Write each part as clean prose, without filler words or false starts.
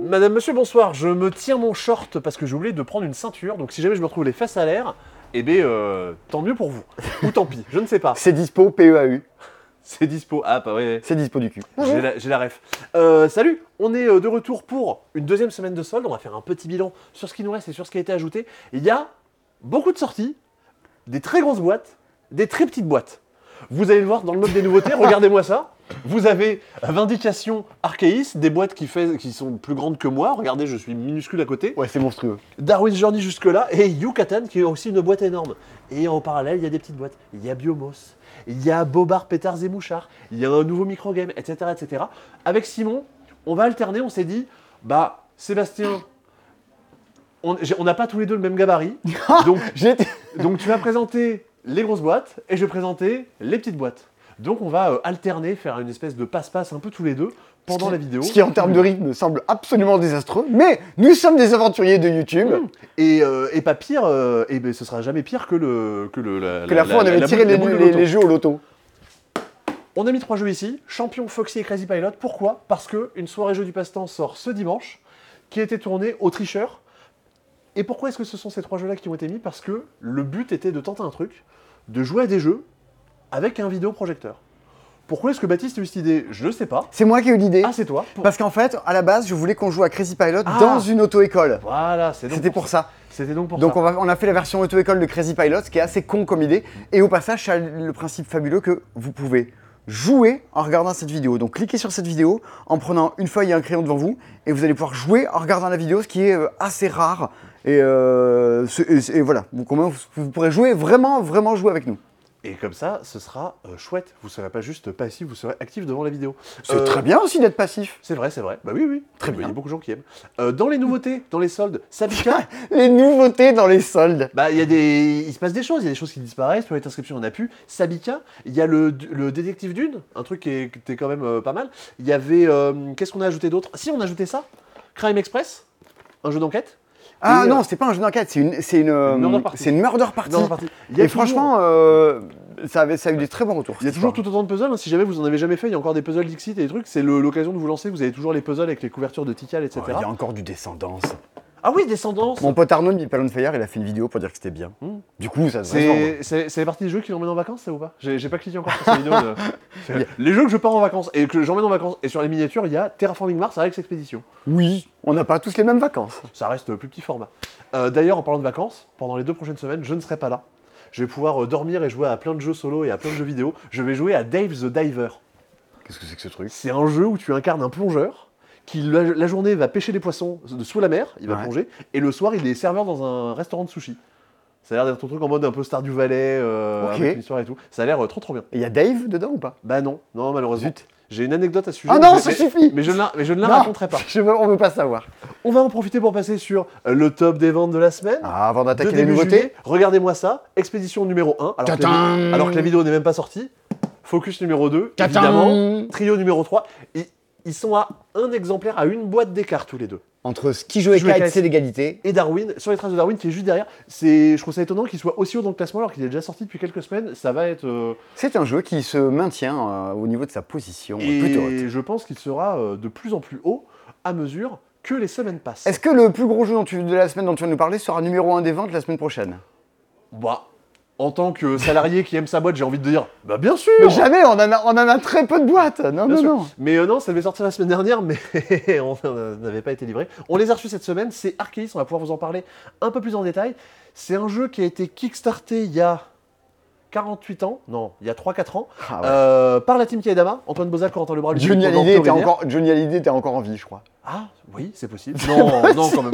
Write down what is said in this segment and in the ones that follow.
Madame, monsieur, bonsoir. Je me tiens mon short parce que j'ai oublié de prendre une ceinture. Donc si jamais je me retrouve les fesses à l'air, eh bien, tant mieux pour vous. Ou tant pis, je ne sais pas. C'est dispo, PEAU. C'est dispo. Ah, pas ouais. C'est dispo du cul. J'ai la ref. Salut, on est de retour pour une deuxième semaine de solde. On va faire un petit bilan sur ce qui nous reste et sur ce qui a été ajouté. Il y a beaucoup de sorties, des très grosses boîtes, des très petites boîtes. Vous allez le voir dans le mode des nouveautés, regardez-moi ça. Vous avez Vindication Arceus, des boîtes qui sont plus grandes que moi. Regardez, je suis minuscule à côté. Ouais, c'est monstrueux. Darwin's Journey jusque-là, et Yucatan qui est aussi une boîte énorme. Et en parallèle, il y a des petites boîtes. Il y a Biomos, il y a Bobard, Pétards et Mouchards, il y a un nouveau microgame, etc., etc. Avec Simon, on va alterner, on s'est dit, bah, Sébastien, on n'a pas tous les deux le même gabarit. donc tu vas présenter les grosses boîtes, et je vais présenter les petites boîtes. Donc on va alterner, faire une espèce de passe-passe un peu tous les deux pendant la vidéo. Ce qui en termes de rythme semble absolument désastreux, mais nous sommes des aventuriers de YouTube. Et pas pire, et ben ce sera jamais pire que la fois on avait tiré les jeux au loto. On a mis 3 jeux ici, Champion, Foxy et Crazy Pilot. Pourquoi ? Parce qu'une soirée jeu du passe-temps sort ce dimanche, qui a été tournée au tricheur. Et pourquoi est-ce que ce sont ces 3 jeux-là qui ont été mis ? Parce que le but était de tenter un truc, de jouer à des jeux avec un vidéoprojecteur. Pourquoi est-ce que Baptiste a eu cette idée ? Je ne sais pas. C'est moi qui ai eu l'idée. Ah, c'est toi. Parce qu'en fait, à la base, je voulais qu'on joue à Crazy Pilot dans une auto-école. Voilà, c'était pour ça. C'était donc pour ça. Donc on a fait la version auto-école de Crazy Pilot, ce qui est assez con comme idée. Et au passage, c'est le principe fabuleux que vous pouvez jouer en regardant cette vidéo. Donc cliquez sur cette vidéo en prenant une feuille et un crayon devant vous, et vous allez pouvoir jouer en regardant la vidéo, ce qui est assez rare. Et voilà, vous pourrez jouer vraiment jouer avec nous. Et comme ça, ce sera chouette. Vous ne serez pas juste passif, vous serez actif devant la vidéo. C'est très bien aussi d'être passif. C'est vrai. Bah oui. Très bien. Il y a beaucoup de gens qui aiment. Dans les nouveautés, dans les soldes, Sabika. Les nouveautés dans les soldes. Bah, il se passe des choses. Il y a des choses qui disparaissent. Pour les inscriptions, on n'a plus. Sabika. Il y a le détective Dune, un truc qui était quand même pas mal. Il y avait. Qu'est-ce qu'on a ajouté d'autre ? Si, on a ajouté ça. Crime Express, un jeu d'enquête. Ah non, c'est pas un jeu d'enquête, c'est une murder party. Et franchement, ça a eu des très bons retours. Il y a toujours tout autant de puzzles, hein. Si jamais vous en avez jamais fait, il y a encore des puzzles Dixit et des trucs, c'est l'occasion de vous lancer, vous avez toujours les puzzles avec les couvertures de Tikal, etc. Il y a encore du Descendance. Ah oui, Descendance. Mon pote Arnaud de Mipalon Fire, il a fait une vidéo pour dire que c'était bien. Du coup, ça se vend. C'est les parties des jeux qui l'emmènent en vacances, ça ou pas ? J'ai pas cliqué encore sur cette vidéo. Les jeux que je pars en vacances et que j'emmène en vacances, et sur les miniatures, il y a Terraforming Mars avec Expédition. Oui, on n'a pas tous les mêmes vacances. Ça reste plus petit format. D'ailleurs, en parlant de vacances, pendant les 2 prochaines semaines, je ne serai pas là. Je vais pouvoir dormir et jouer à plein de jeux solo et à plein de jeux vidéo. Je vais jouer à Dave the Diver. Qu'est-ce que c'est que ce truc ? C'est un jeu où tu incarnes un plongeur qui, la journée, va pêcher des poissons sous la mer, il va plonger, et le soir, il est serveur dans un restaurant de sushi. Ça a l'air d'être un truc en mode un peu Stardew Valley, avec une histoire et tout. Ça a l'air trop bien. Et il y a Dave dedans ou pas ? Bah non, malheureusement. Zut. J'ai une anecdote à ce sujet. Ah non, ça suffit. Mais je ne la raconterai pas. On veut pas savoir. On va en profiter pour passer sur le top des ventes de la semaine. Ah, avant d'attaquer de les début nouveautés. juillet. Regardez-moi ça, expédition numéro 1, alors que la vidéo n'est même pas sortie. Focus numéro 2, évidemment. Trio numéro 3. Ils sont à un exemplaire, à une boîte d'écart tous les deux. Entre Skijo et Kite, c'est l'égalité. Et Darwin, sur les traces de Darwin, qui est juste derrière. Je trouve ça étonnant qu'il soit aussi haut dans le classement alors qu'il est déjà sorti depuis quelques semaines. Ça va être... C'est un jeu qui se maintient au niveau de sa position plutôt haute. Et je pense qu'il sera de plus en plus haut à mesure que les semaines passent. Est-ce que le plus gros jeu de la semaine dont tu vas nous parler sera numéro 1 des ventes la semaine prochaine ? Bah, en tant que salarié qui aime sa boîte, j'ai envie de dire, bah bien sûr. Mais jamais, on en a très peu de boîtes. Non. Mais non, ça devait sortir la semaine dernière, mais on n'avait pas été livré. On les a reçus cette semaine, c'est Arceus, on va pouvoir vous en parler un peu plus en détail. C'est un jeu qui a été kickstarté il y a 48 ans, non, il y a 3-4 ans, par la team Kaedama, Antoine Bozac, Corentin Lebras, Johnny Hallyday était encore en vie, je crois. Ah, oui, c'est possible. Non, quand même.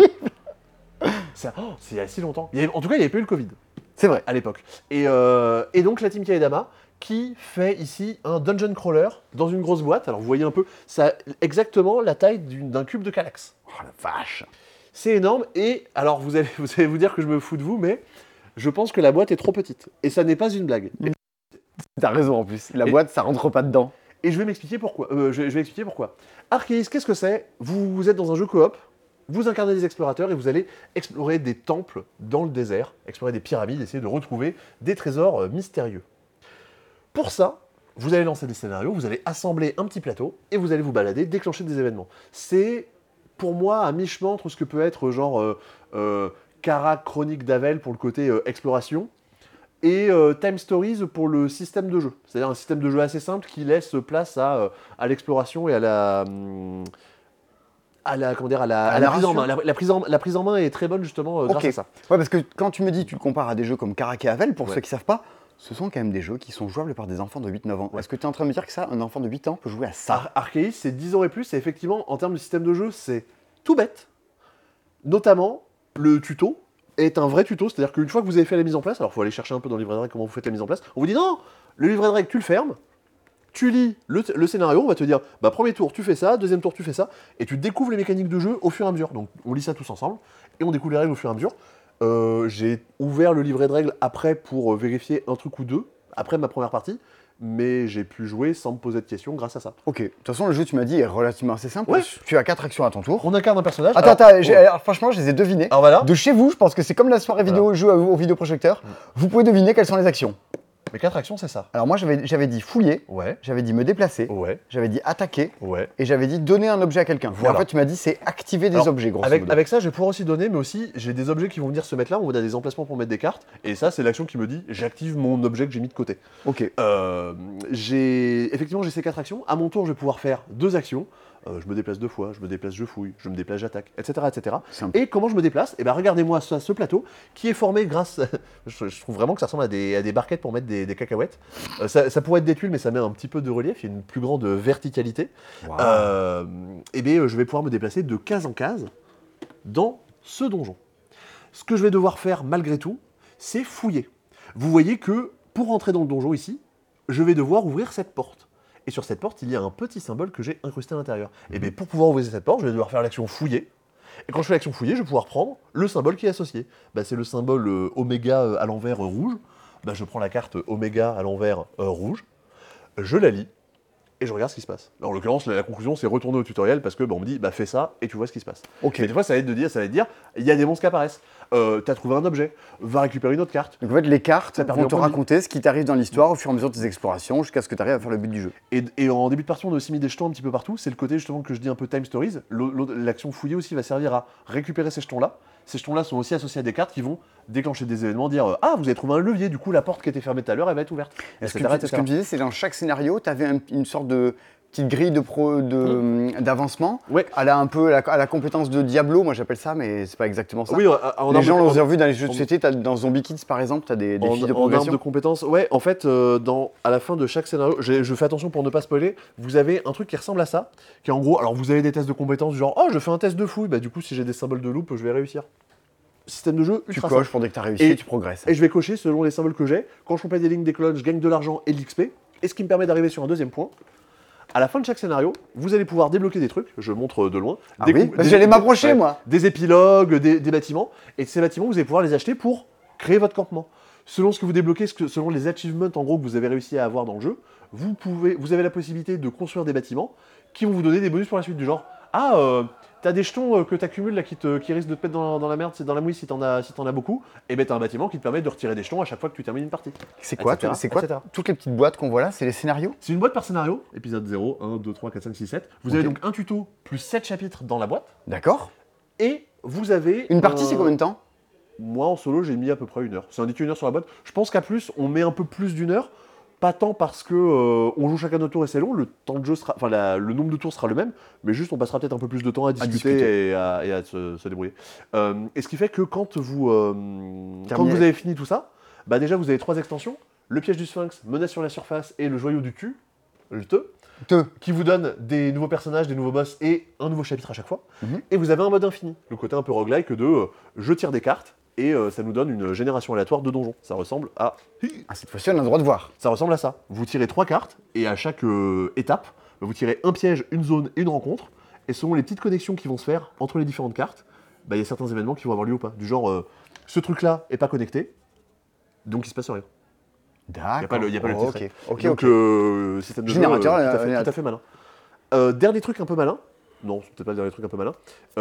C'est il y a si longtemps. En tout cas, il n'y avait pas eu le Covid. C'est vrai. À l'époque. Et donc la team Kaedama qui fait ici un dungeon crawler dans une grosse boîte. Alors vous voyez un peu, ça a exactement la taille d'un cube de Kallax. Oh la vache. C'est énorme et alors vous allez vous dire que je me fous de vous, mais je pense que la boîte est trop petite. Et ça n'est pas une blague. T'as raison en plus, boîte ça rentre pas dedans. Et je vais m'expliquer pourquoi. Je vais expliquer pourquoi. Arceus, qu'est-ce que c'est ? Vous êtes dans un jeu coop. Vous incarnez des explorateurs et vous allez explorer des temples dans le désert, explorer des pyramides, essayer de retrouver des trésors mystérieux. Pour ça, vous allez lancer des scénarios, vous allez assembler un petit plateau et vous allez vous balader, déclencher des événements. C'est pour moi, à mi-chemin entre ce que peut être genre Kara Chronique d'Avel pour le côté exploration, et Time Stories pour le système de jeu. C'est-à-dire un système de jeu assez simple qui laisse place à l'exploration et à la comment dire, à la prise en main. La prise en main est très bonne justement grâce à ça. Ouais, parce que quand tu me dis, tu le compares à des jeux comme Karak et Havel, pour ceux qui ne savent pas, ce sont quand même des jeux qui sont jouables par des enfants de 8-9 ans. Est-ce que tu es en train de me dire que ça, un enfant de 8 ans peut jouer à ça? Arceus, c'est 10 ans et plus, et effectivement, en termes de système de jeu, c'est tout bête. Notamment, le tuto est un vrai tuto, c'est-à-dire qu'une fois que vous avez fait la mise en place, alors il faut aller chercher un peu dans le livret de règles comment vous faites la mise en place, on vous dit non, le livret de règles, tu le fermes, tu lis le scénario, on va te dire, bah premier tour tu fais ça, deuxième tour tu fais ça, et tu découvres les mécaniques de jeu au fur et à mesure. Donc on lit ça tous ensemble, et on découvre les règles au fur et à mesure. J'ai ouvert le livret de règles après pour vérifier un truc ou deux, après ma première partie, mais j'ai pu jouer sans me poser de questions grâce à ça. Ok, de toute façon le jeu tu m'as dit est relativement assez simple. Ouais. Tu as 4 actions à ton tour. On incarne un personnage. Attends, alors, franchement je les ai devinées. Alors voilà. De chez vous, je pense que c'est comme la soirée vidéo jeu au vidéoprojecteur. Vous pouvez deviner quelles sont les actions. Mes 4 actions, c'est ça. Alors moi j'avais dit fouiller, Ouais. j'avais dit me déplacer, Ouais. j'avais dit attaquer, Ouais. et j'avais dit donner un objet à quelqu'un. Voilà. Et en fait tu m'as dit c'est activer des Alors, objets grosso modo. Avec ça, je vais pouvoir aussi donner, mais aussi j'ai des objets qui vont venir se mettre là, on va dire des emplacements pour mettre des cartes, et ça c'est l'action qui me dit j'active mon objet que j'ai mis de côté. Ok. Effectivement j'ai ces 4 actions, à mon tour je vais pouvoir faire 2 actions, je me déplace 2 fois, je me déplace, je fouille, je me déplace, j'attaque, etc. etc. Simple. Et comment je me déplace? Et bien regardez-moi ce plateau qui est formé grâce, je trouve vraiment que ça ressemble à des barquettes pour mettre des cacahuètes. Ça pourrait être des tuiles mais ça met un petit peu de relief, il y a une plus grande verticalité. Wow. Et bien je vais pouvoir me déplacer de case en case dans ce donjon. Ce que je vais devoir faire malgré tout, c'est fouiller. Vous voyez que pour rentrer dans le donjon ici, je vais devoir ouvrir cette porte. Et sur cette porte, il y a un petit symbole que j'ai incrusté à l'intérieur. Et bien pour pouvoir ouvrir cette porte, je vais devoir faire l'action fouiller. Et quand je fais l'action fouiller, je vais pouvoir prendre le symbole qui est associé. Bah, c'est le symbole oméga à l'envers rouge. Bah, je prends la carte oméga à l'envers rouge, je la lis, et je regarde ce qui se passe. Alors, en l'occurrence, la conclusion, c'est retourner au tutoriel parce que on me dit, bah fais ça et tu vois ce qui se passe. Ok. Mais des fois, ça va te dire, il y a des monstres qui apparaissent. T'as trouvé un objet, va récupérer une autre carte. Donc en fait les cartes Ça permet vont te un point de raconter ce qui t'arrive dans l'histoire au fur et à mesure de tes explorations jusqu'à ce que tu arrives à faire le but du jeu. Et en début de partie, on a aussi mis des jetons un petit peu partout. C'est le côté justement que je dis un peu Time Stories. L'action fouiller aussi va servir à récupérer ces jetons-là. Ces jetons-là sont aussi associés à des cartes qui vont déclencher des événements, dire ah vous avez trouvé un levier, du coup la porte qui était fermée tout à l'heure elle va être ouverte. Ce etc., que tu me disais, c'est dans chaque scénario, tu avais une sorte de petite grille d'avancement. Ouais. Elle a un peu à la compétence de Diablo, moi j'appelle ça, mais c'est pas exactement ça. Oui, Les gens l'ont vu dans les jeux de société, dans Zombie Kids par exemple, tu as des fiches de en arbre progression. de compétences, ouais, en fait, à la fin de chaque scénario, je fais attention pour ne pas spoiler, vous avez un truc qui ressemble à ça, qui est en gros, alors vous avez des tests de compétences du genre, oh, je fais un test de fouille, bah du coup, si j'ai des symboles de loupe, je vais réussir. Système de jeu Tu ultra coches simple. pour dès que tu as réussi, Et- tu progresses. Et je vais cocher selon les symboles que j'ai. Quand je complète des lignes, des colonnes, je gagne de l'argent et de l'XP, et ce qui me permet d'arriver sur un deuxième point. À la fin de chaque scénario, vous allez pouvoir débloquer des trucs, je montre de loin. Ah oui, parce que j'allais m'approcher, moi. Des épilogues, des bâtiments, et ces bâtiments, vous allez pouvoir les acheter pour créer votre campement. Selon ce que vous débloquez, selon les achievements en gros que vous avez réussi à avoir dans le jeu, vous avez la possibilité de construire des bâtiments qui vont vous donner des bonus pour la suite, du genre t'as des jetons que t'accumules là qui risquent de te mettre dans la merde, c'est dans la mouille si t'en as beaucoup, et ben t'as un bâtiment qui te permet de retirer des jetons à chaque fois que tu termines une partie. C'est quoi, etc., etc. toutes les petites boîtes qu'on voit là, c'est les scénarios? C'est une boîte par scénario, épisode 0, 1, 2, 3, 4, 5, 6, 7. Vous avez donc un tuto plus 7 chapitres dans la boîte, D'accord. et vous avez... Une partie, c'est combien de temps? Moi, en solo, j'ai mis à peu près 1 heure. C'est indiqué 1 heure sur la boîte. Je pense qu'à plus, on met un peu plus d'1 heure. Pas tant parce que on joue chacun notre tour et c'est long, le temps de jeu sera, le nombre de tours sera le même, mais juste on passera peut-être un peu plus de temps à discuter. Et à se débrouiller. Et ce qui fait que quand vous avez fini tout ça, bah déjà vous avez 3 extensions, le piège du sphinx, menace sur la surface et le joyau du cul, le qui vous donne des nouveaux personnages, des nouveaux boss et un nouveau chapitre à chaque fois. Et vous avez un mode infini, le côté un peu roguelike de je tire des cartes et ça nous donne une génération aléatoire de donjons. Ça ressemble à... Ah, cette fois-ci, on a le droit de voir. Ça ressemble à ça. Vous tirez 3 cartes et à chaque étape, vous tirez un piège, une zone et une rencontre. Et selon les petites connexions qui vont se faire entre les différentes cartes, il y a certains événements qui vont avoir lieu ou pas. Du genre, ce truc-là est pas connecté, donc il se passe rien. D'accord. Il n'y a pas le titre. Ok. Donc, système de jeu, Générateur, tout à fait malin. Dernier truc un peu malin. Non, c'est peut-être pas le dernier truc un peu malin.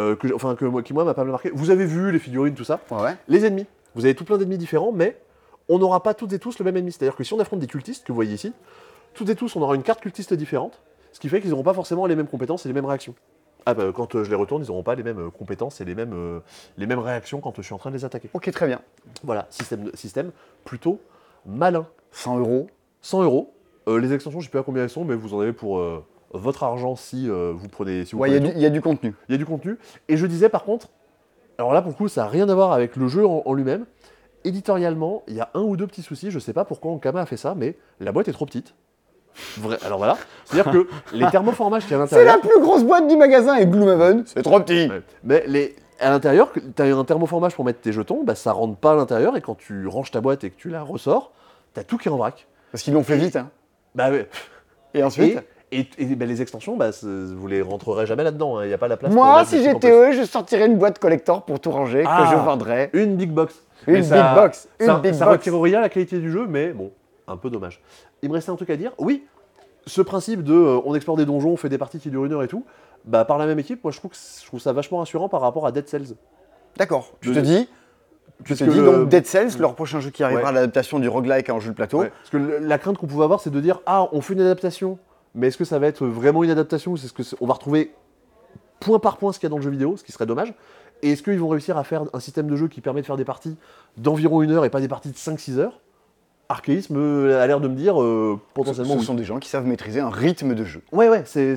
Qui moi m'a pas mal marqué. Vous avez vu les figurines, tout ça. Ouais. Les ennemis. Vous avez tout plein d'ennemis différents, mais on n'aura pas toutes et tous le même ennemi. C'est-à-dire que si on affronte des cultistes, que vous voyez ici, toutes et tous, on aura une carte cultiste différente, ce qui fait qu'ils n'auront pas forcément les mêmes compétences et les mêmes réactions. Ah bah, quand je les retourne, ils n'auront pas les mêmes compétences et les mêmes réactions quand je suis en train de les attaquer. Ok, très bien. Voilà, système plutôt malin. 100 euros. 100 euros. Les extensions, je ne sais pas combien elles sont, mais vous en avez pour votre argent si vous prenez. Si vous Ouais, prenez tout. il y a du contenu. Il y a du contenu. Et je disais par contre, alors là pour le coup, ça n'a rien à voir avec le jeu en lui-même. Éditorialement, il y a un ou deux petits soucis. Je ne sais pas pourquoi Ankama a fait ça, mais la boîte est trop petite. Alors voilà, c'est-à-dire que les thermoformages qu'il y a à C'est l'intérieur. la plus grosse boîte du magasin et Gloomhaven, c'est trop petit. Ouais. Mais à l'intérieur, tu as un thermoformage pour mettre tes jetons, bah, ça rentre pas à l'intérieur et quand tu ranges ta boîte et que tu la ressors, tu as tout qui est en vrac. Parce qu'ils l'ont fait vite. Hein. Bah ouais. Et ensuite Bah, les extensions, bah, vous les rentrerez jamais là-dedans. Il n'y a pas la place. pour moi, mettre si des trucs en j'étais plus. eux, je sortirais une boîte collector pour tout ranger, Ah. que je vendrais. Une big box. Une Mais big box. Ça, Une big ça box. retire rien à la qualité du jeu, mais bon, un peu dommage. Il me restait un truc à dire. Oui, ce principe de on explore des donjons, on fait des parties qui durent 1 heure et tout, bah, par la même équipe, moi je trouve ça vachement rassurant par rapport à Dead Cells. D'accord. Tu De- te dis Puisque donc Dead Cells, leur prochain jeu qui arrivera Ouais. à l'adaptation du roguelike en jeu de plateau. Ouais, parce que la crainte qu'on pouvait avoir, c'est de dire ah, on fait une adaptation, mais est-ce que ça va être vraiment une adaptation ou est-ce que on va retrouver point par point ce qu'il y a dans le jeu vidéo, ce qui serait dommage. Et est-ce qu'ils vont réussir à faire un système de jeu qui permet de faire des parties d'environ 1 heure et pas des parties de 5-6 heures? Archaïs a l'air de me dire potentiellement. Ce oui. sont des gens qui savent maîtriser un rythme de jeu. Ouais,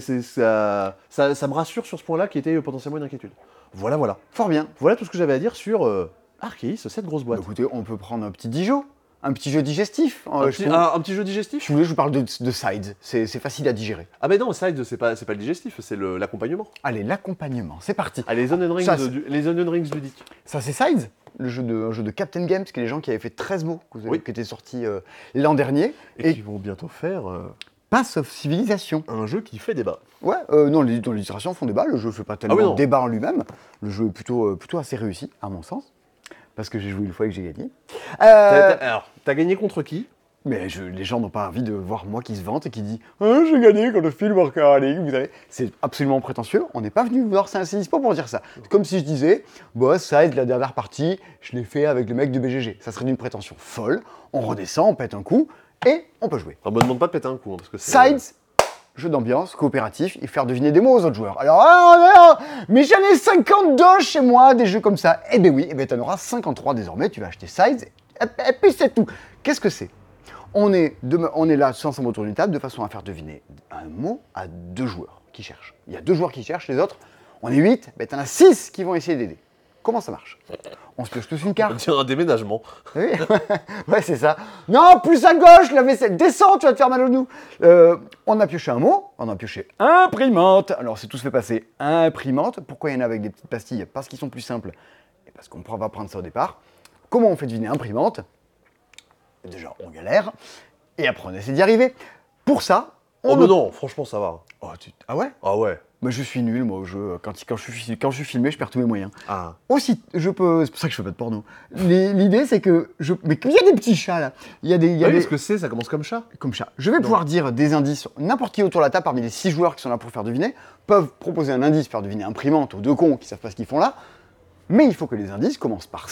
ça me rassure sur ce point-là qui était potentiellement une inquiétude. Voilà. Fort bien. Voilà tout ce que j'avais à dire sur Archaïs, cette grosse Bah, boîte. écoutez, on peut prendre un petit Dijon, un petit jeu digestif. un petit jeu digestif. Si vous voulez, je vous parle de Sides. C'est facile à digérer. Ah mais non, Side, c'est pas le digestif, c'est l'accompagnement. Allez, l'accompagnement, c'est parti. Ah, les Onion Rings, Ça, les Onion Rings ludiques. Ça, c'est Sides, un jeu de Captain Games, qui est les gens qui avaient fait 13 mots, Oui. qui était sorti l'an dernier. Et qui vont bientôt faire Pass of Civilization. un jeu qui fait débat. Ouais, non, dans l'illustration font débat. Le jeu fait pas tellement non. débat en lui-même. Le jeu est plutôt assez réussi, à mon sens. Parce que j'ai joué une fois et que j'ai gagné. Alors, t'as gagné contre qui? Mais les gens n'ont pas envie de voir moi qui se vante et qui dit ah, j'ai gagné quand le film Arcade League, vous savez. C'est absolument prétentieux. On n'est pas venu voir ça assez dispo pour dire ça. C'est comme si je disais bah, ça aide la dernière partie, je l'ai fait avec le mec de BGG. Ça serait d'une prétention folle. On redescend, on pète un coup et on peut jouer. Enfin, me demande pas de péter un coup, hein, parce que c'est. Sides, jeu d'ambiance, coopératif et faire deviner des mots aux autres joueurs. Alors, mais j'en ai 52 chez moi, des jeux comme ça. Eh ben oui, t'en auras 53 désormais. Tu vas acheter Sides et puis c'est tout. Qu'est-ce que c'est ? On est là tous ensemble autour d'une table de façon à faire deviner un mot à 2 joueurs qui cherchent. Il y a 2 joueurs qui cherchent, les autres, on est 8, t'en as 6 qui vont essayer d'aider. Comment ça marche ? On se pioche tous une On carte. dirait un déménagement. Oui, ouais, c'est ça. Non, plus à gauche, la vaisselle. Descends, tu vas te faire mal au genou. On a pioché un mot, on a pioché imprimante. Alors, c'est tout se fait passer imprimante. Pourquoi il y en a avec des petites pastilles ? Parce qu'ils sont plus simples et parce qu'on va prendre ça au départ. Comment on fait deviner imprimante ? Déjà, on galère. Et après, on essaie d'y arriver. Pour ça, Oh non, franchement, ça va. Oh, ah ouais ? Ah ouais. Mais je suis nul, moi, au jeu. Quand je suis filmé, je perds tous mes moyens. Ah. Aussi, c'est pour ça que je fais pas de porno. L'idée, c'est que mais il y a des petits chats là. Il y a des, Ah oui, parce que ça commence comme chat. comme chat. Je vais pouvoir dire des indices. N'importe qui autour de la table, parmi les 6 joueurs qui sont là pour faire deviner, peuvent proposer un indice, faire deviner imprimante aux 2 cons qui savent pas ce qu'ils font là. Mais il faut que les indices commencent par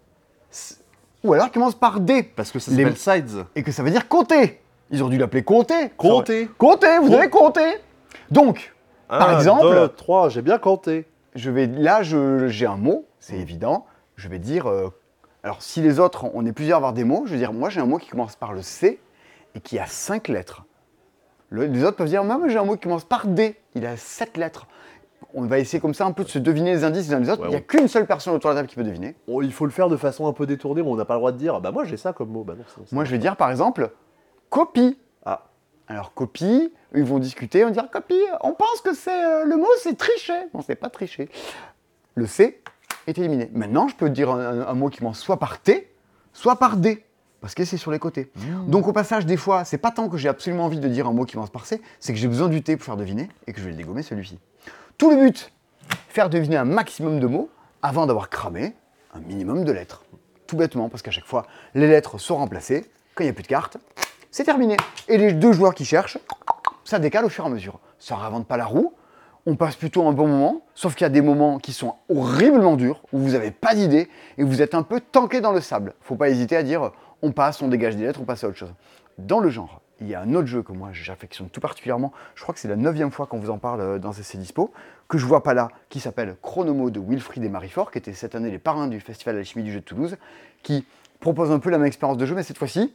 ou alors commencent par D. Parce que ça Les- s'appelle Sides. Et que ça veut dire compter. Ils ont dû l'appeler compter. Compter. Compter, vous devez compter. Donc, par exemple, 2, 3, j'ai bien compté. j'ai un mot, c'est évident. Je vais dire. Alors, si les autres, on est plusieurs à avoir des mots, je vais dire, moi j'ai un mot qui commence par le C et qui a 5 lettres. Les autres peuvent dire, moi j'ai un mot qui commence par D, il a 7 lettres. On va essayer comme ça un peu de se deviner les indices les uns les autres. Ouais, Il n'y a qu'une seule personne autour de la table qui peut deviner. Il faut le faire de façon un peu détournée, mais on n'a pas le droit de dire bah moi j'ai ça comme mot. Bah non, Moi je vais dire par exemple, copie. Ah. Alors copie, ils vont discuter, on va dire copie, on pense que c'est le mot c'est tricher. Non, c'est pas tricher. Le C est éliminé. Maintenant, je peux dire un mot qui commence soit par T, soit par D, parce que c'est sur les côtés. Donc au passage, des fois, c'est pas tant que j'ai absolument envie de dire un mot qui commence par C, c'est que j'ai besoin du T pour faire deviner et que je vais le dégommer celui-ci. Tout le but, faire deviner un maximum de mots avant d'avoir cramé un minimum de lettres. Tout bêtement, parce qu'à chaque fois, les lettres sont remplacées. Quand il n'y a plus de cartes, c'est terminé. Et les 2 joueurs qui cherchent, ça décale au fur et à mesure. Ça ne réinvente pas la roue. On passe plutôt un bon moment, sauf qu'il y a des moments qui sont horriblement durs, où vous n'avez pas d'idée et vous êtes un peu tanké dans le sable. Faut pas hésiter à dire on passe, on dégage des lettres, on passe à autre chose. Dans le genre il y a un autre jeu que moi j'affectionne tout particulièrement, je crois que c'est la 9e fois qu'on vous en parle dans CC Dispo, que je vois pas là, qui s'appelle Chronomo de Wilfried et Marie-Fort, qui étaient cette année les parrains du Festival Alchimie du jeu de Toulouse, qui propose un peu la même expérience de jeu, mais cette fois-ci,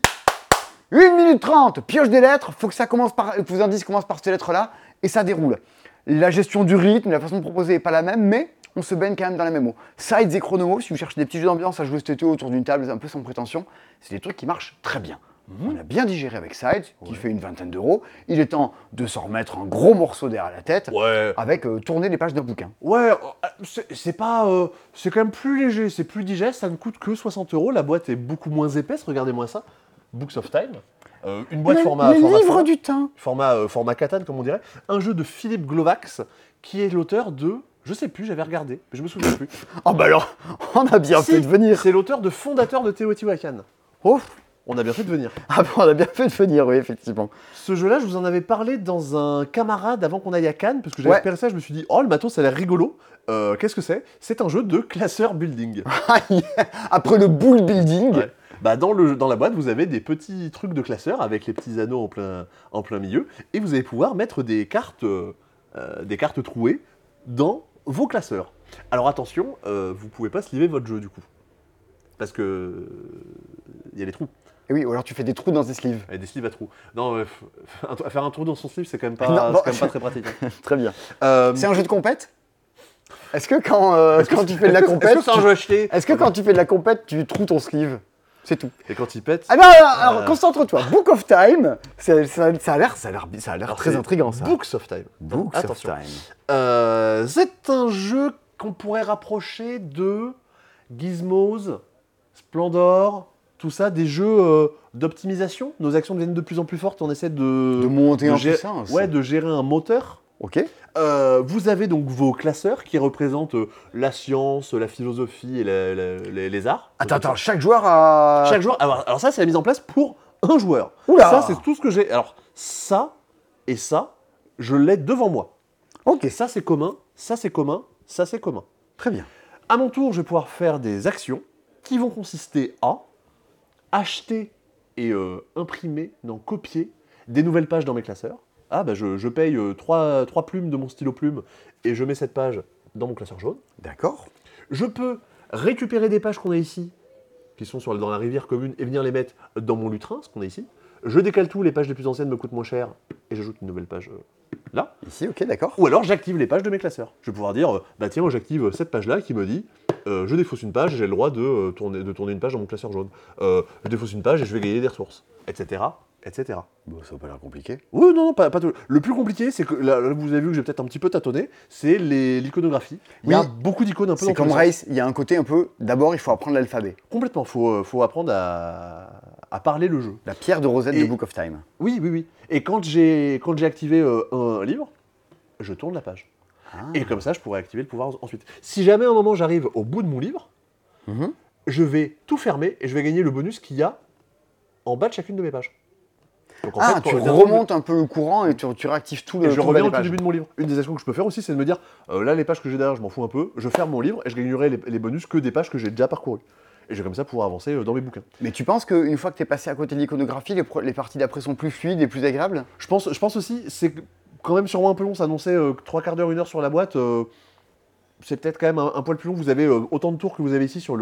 1 minute 30, pioche des lettres, faut que ça commence par, que vos indices commencent par cette lettre-là, et ça déroule. La gestion du rythme, la façon de proposer n'est pas la même, mais on se baigne quand même dans la MMO. Sides et Chronomo, si vous cherchez des petits jeux d'ambiance à jouer cet été autour d'une table un peu sans prétention, c'est des trucs qui marchent très bien. On a bien digéré avec Sides, qui fait une vingtaine d'euros. Il est temps de s'en remettre un gros morceau derrière la tête, avec tourner les pages d'un bouquin. Ouais, c'est pas, c'est quand même plus léger, c'est plus digeste, ça ne coûte que 60 euros. La boîte est beaucoup moins épaisse, regardez-moi ça. Books of Time. Une boîte format livre du temps. Format Catan, comme on dirait. Un jeu de Philippe Glovax, qui est l'auteur de... Je sais plus, j'avais regardé, mais je me souviens plus. Oh bah alors, on a bien fait de venir. C'est l'auteur de fondateur de Teotihuacan. Oh, on a bien fait de venir. Ah bon, on a bien fait de venir, oui, effectivement. Ce jeu-là, je vous en avais parlé dans un camarade avant qu'on aille à Cannes, parce que j'avais repéré ça, je me suis dit, oh, le matos, ça a l'air rigolo. Qu'est-ce que c'est ? C'est un jeu de classeur building. Après le bull building. Ouais. Bah dans la boîte, vous avez des petits trucs de classeurs avec les petits anneaux en plein milieu, et vous allez pouvoir mettre des cartes trouées dans vos classeurs. Alors attention, vous pouvez pas sliver votre jeu du coup, parce que il y a des trous. Et oui, ou alors tu fais des trous dans tes sleeves. Et des sleeves à trous. Non, faire un trou dans son sleeve, c'est quand même pas, pas très pratique. Hein. Très bien. C'est un jeu de compète ? Est-ce que quand tu fais de la compète, est-ce que c'est un jeu acheté ? Est-ce que quand tu fais de la compète, tu troues ton sleeve ? C'est tout. Et quand il pète... Ah non, alors concentre-toi. Book of Time, ça a l'air très intriguant ça. Books of Time. Books of Time. C'est un jeu qu'on pourrait rapprocher de Gizmos, Splendor, tout ça, des jeux d'optimisation. Nos actions deviennent de plus en plus fortes, on essaie de monter en puissance. Ouais, de gérer un moteur. Ok. Vous avez donc vos classeurs qui représentent la science, la philosophie et les arts. Attends, chaque joueur a... Chaque joueur... Alors ça, c'est la mise en place pour un joueur. Oula. Ça, c'est tout ce que j'ai. Alors, ça et ça, je l'ai devant moi. Ok. Ça, c'est commun, ça, c'est commun, ça, c'est commun. Très bien. À mon tour, je vais pouvoir faire des actions qui vont consister à acheter et copier des nouvelles pages dans mes classeurs. Ah bah je paye 3 plumes de mon stylo plume et je mets cette page dans mon classeur jaune. D'accord. Je peux récupérer des pages qu'on a ici, qui sont dans la rivière commune, et venir les mettre dans mon lutrin, ce qu'on a ici. Je décale tout, les pages les plus anciennes me coûtent moins cher, et j'ajoute une nouvelle page là. Ici, ok, d'accord. Ou alors j'active les pages de mes classeurs. Je vais pouvoir dire, bah tiens, moi j'active cette page-là qui me dit, je défausse une page, j'ai le droit de tourner une page dans mon classeur jaune. Je défausse une page et je vais gagner des ressources, etc. etc. Bon, ça n'a pas l'air compliqué. Oui, non, pas tout. Le plus compliqué, c'est que, là, vous avez vu que j'ai peut-être un petit peu tâtonné, c'est l'iconographie. Il y a beaucoup d'icônes un peu C'est comme Race, il y a un côté un peu, d'abord il faut apprendre l'alphabet. Complètement, faut apprendre à parler le jeu. La pierre de Rosette de Book of Time. Oui. Et quand j'ai activé un livre, je tourne la page. Ah. Et comme ça, je pourrais activer le pouvoir ensuite. Si jamais à un moment j'arrive au bout de mon livre, je vais tout fermer et je vais gagner le bonus qu'il y a en bas de chacune de mes pages. Donc, en fait, tu remontes un peu le courant et tu réactives tout le et je reviens au tout début de mon livre. Une des actions que je peux faire aussi, c'est de me dire, là les pages que j'ai derrière, je m'en fous un peu, je ferme mon livre et je gagnerai les bonus que des pages que j'ai déjà parcourues. Et je vais comme ça pouvoir avancer dans mes bouquins. Mais tu penses qu'une fois que tu es passé à côté de l'iconographie, les parties d'après sont plus fluides et plus agréables ? Je pense aussi, c'est quand même sûrement un peu long, ça annonçait 3 quarts d'heure, 1 heure sur la boîte. C'est peut-être quand même un poil plus long. Vous avez autant de tours que vous avez ici sur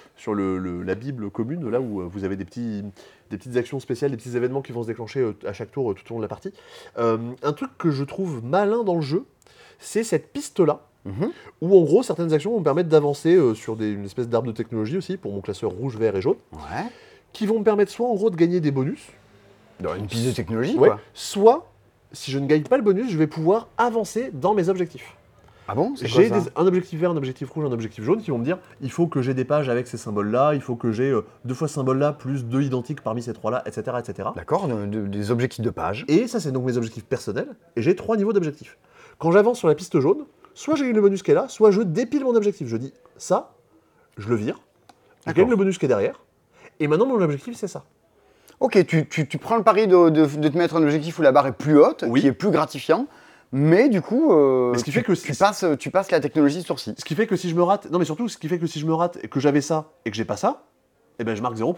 la Bible commune, là où vous avez des petites actions spéciales, des petits événements qui vont se déclencher à chaque tour tout au long de la partie. Un truc que je trouve malin dans le jeu, c'est cette piste-là, où en gros certaines actions vont me permettre d'avancer sur une espèce d'arbre de technologie aussi, pour mon classeur rouge, vert et jaune, qui vont me permettre soit en gros de gagner des bonus, dans une piste de technologie, quoi. Soit, si je ne gagne pas le bonus, je vais pouvoir avancer dans mes objectifs. Ah bon ? J'ai un objectif vert, un objectif rouge, un objectif jaune qui vont me dire il faut que j'ai des pages avec ces symboles-là, il faut que j'ai 2 fois ce symbole-là plus 2 identiques parmi ces 3-là, etc. etc. D'accord, des objectifs de page. Et ça, c'est donc mes objectifs personnels, et j'ai 3 niveaux d'objectifs. Quand j'avance sur la piste jaune, soit je gagne le bonus qui est là, soit je dépile mon objectif. Je dis ça, je le vire, je gagne le bonus qui est derrière, et maintenant mon objectif c'est ça. Ok, tu prends le pari de te mettre un objectif où la barre est plus haute, qui est plus gratifiant. Mais du coup, tu passes la technologie sourcil. Ce qui fait que si je me rate, non mais surtout, ce qui fait que si je me rate et que j'avais ça et que j'ai pas ça, eh ben je marque 0 points.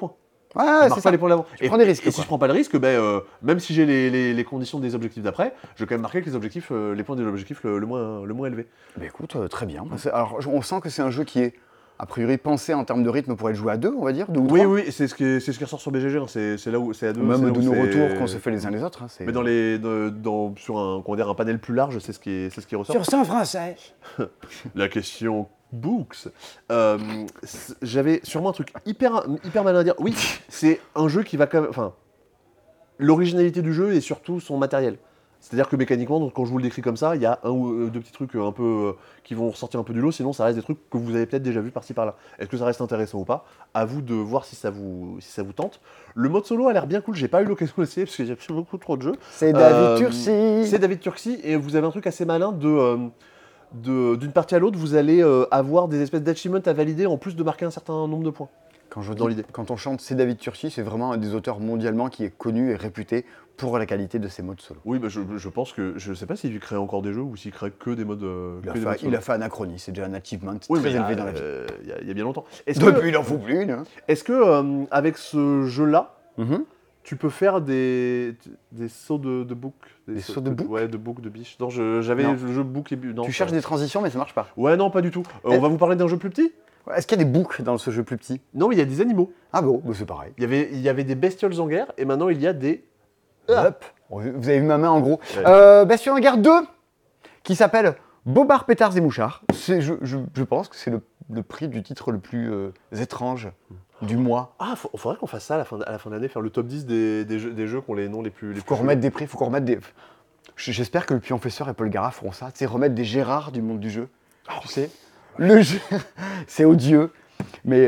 Ouais, Je c'est marque ça. pas les points d'avant. Tu prends des risques, Et si quoi. je prends pas le risque, même si j'ai les conditions des objectifs d'après, je vais quand même marquer que les objectifs, les points des objectifs le moins élevés. Bah écoute, très bien. Alors, on sent que c'est un jeu qui est, a priori, pensé en termes de rythme pour être joué à 2, on va dire, 2 ou 3. Oui, oui, c'est ce qui ressort sur BGG. Hein. C'est là où c'est à deux. c'est Même là de où nos c'est- retours qu'on se fait les uns les autres. Hein, Mais sur un panel plus large, c'est ce qui ressort. Sur 100 français. La question books. J'avais sûrement un truc hyper malin à dire. Oui, c'est un jeu qui va quand même. Enfin, l'originalité du jeu et surtout son matériel. C'est-à-dire que mécaniquement, donc, quand je vous le décris comme ça, il y a un ou deux petits trucs un peu qui vont ressortir un peu du lot, sinon ça reste des trucs que vous avez peut-être déjà vu par-ci par-là. Est-ce que ça reste intéressant ou pas? À vous de voir si ça vous tente. Le mode solo a l'air bien cool, j'ai pas eu l'occasion de l'essayer parce que j'ai fait beaucoup trop de jeux. C'est David Turci. C'est David Turci et vous avez un truc assez malin d'une partie à l'autre, vous allez avoir des espèces d'achievements à valider en plus de marquer un certain nombre de points. Quand on chante C'est David Turci, c'est vraiment un des auteurs mondialement qui est connu et réputé pour la qualité de ses modes solo. Oui, bah je pense que je sais pas s'il crée encore des jeux ou s'il crée que des modes. Il a fait Anachronie, c'est déjà un achievement Oui, très mais élevé dans la vie. il y a bien longtemps. Depuis, il n'en faut plus. Là. Est-ce que avec ce jeu-là, Mhm. tu peux faire des sauts de bouc Des sauts de bouc? Ouais, de bouc, de biche. Non, j'avais Non. le jeu bouc et non, Tu cherches des transitions, mais ça marche pas. Ouais, non, pas du tout. On va vous parler d'un jeu plus petit? Est-ce qu'il y a des boucs dans ce jeu plus petit? Non, mais il y a des animaux. Ah bon, c'est pareil. Il y avait des bestioles en guerre et maintenant il y a des. Hop. Vous avez vu ma main en gros. Ouais. Bastien en guerre 2, qui s'appelle Bobard, Pétards et Mouchards. Je pense que c'est le prix du titre le plus étrange du mois. Ah, faudrait qu'on fasse ça à la fin de l'année, faire le top 10 des jeux qui ont les noms les plus. Faut qu'on remette des prix, faut qu'on remette des. J'espère que le Pionfesseur et Paul Gara feront ça. Tu sais, remettre des Gérard du monde du jeu. Tu sais, le jeu, c'est odieux, mais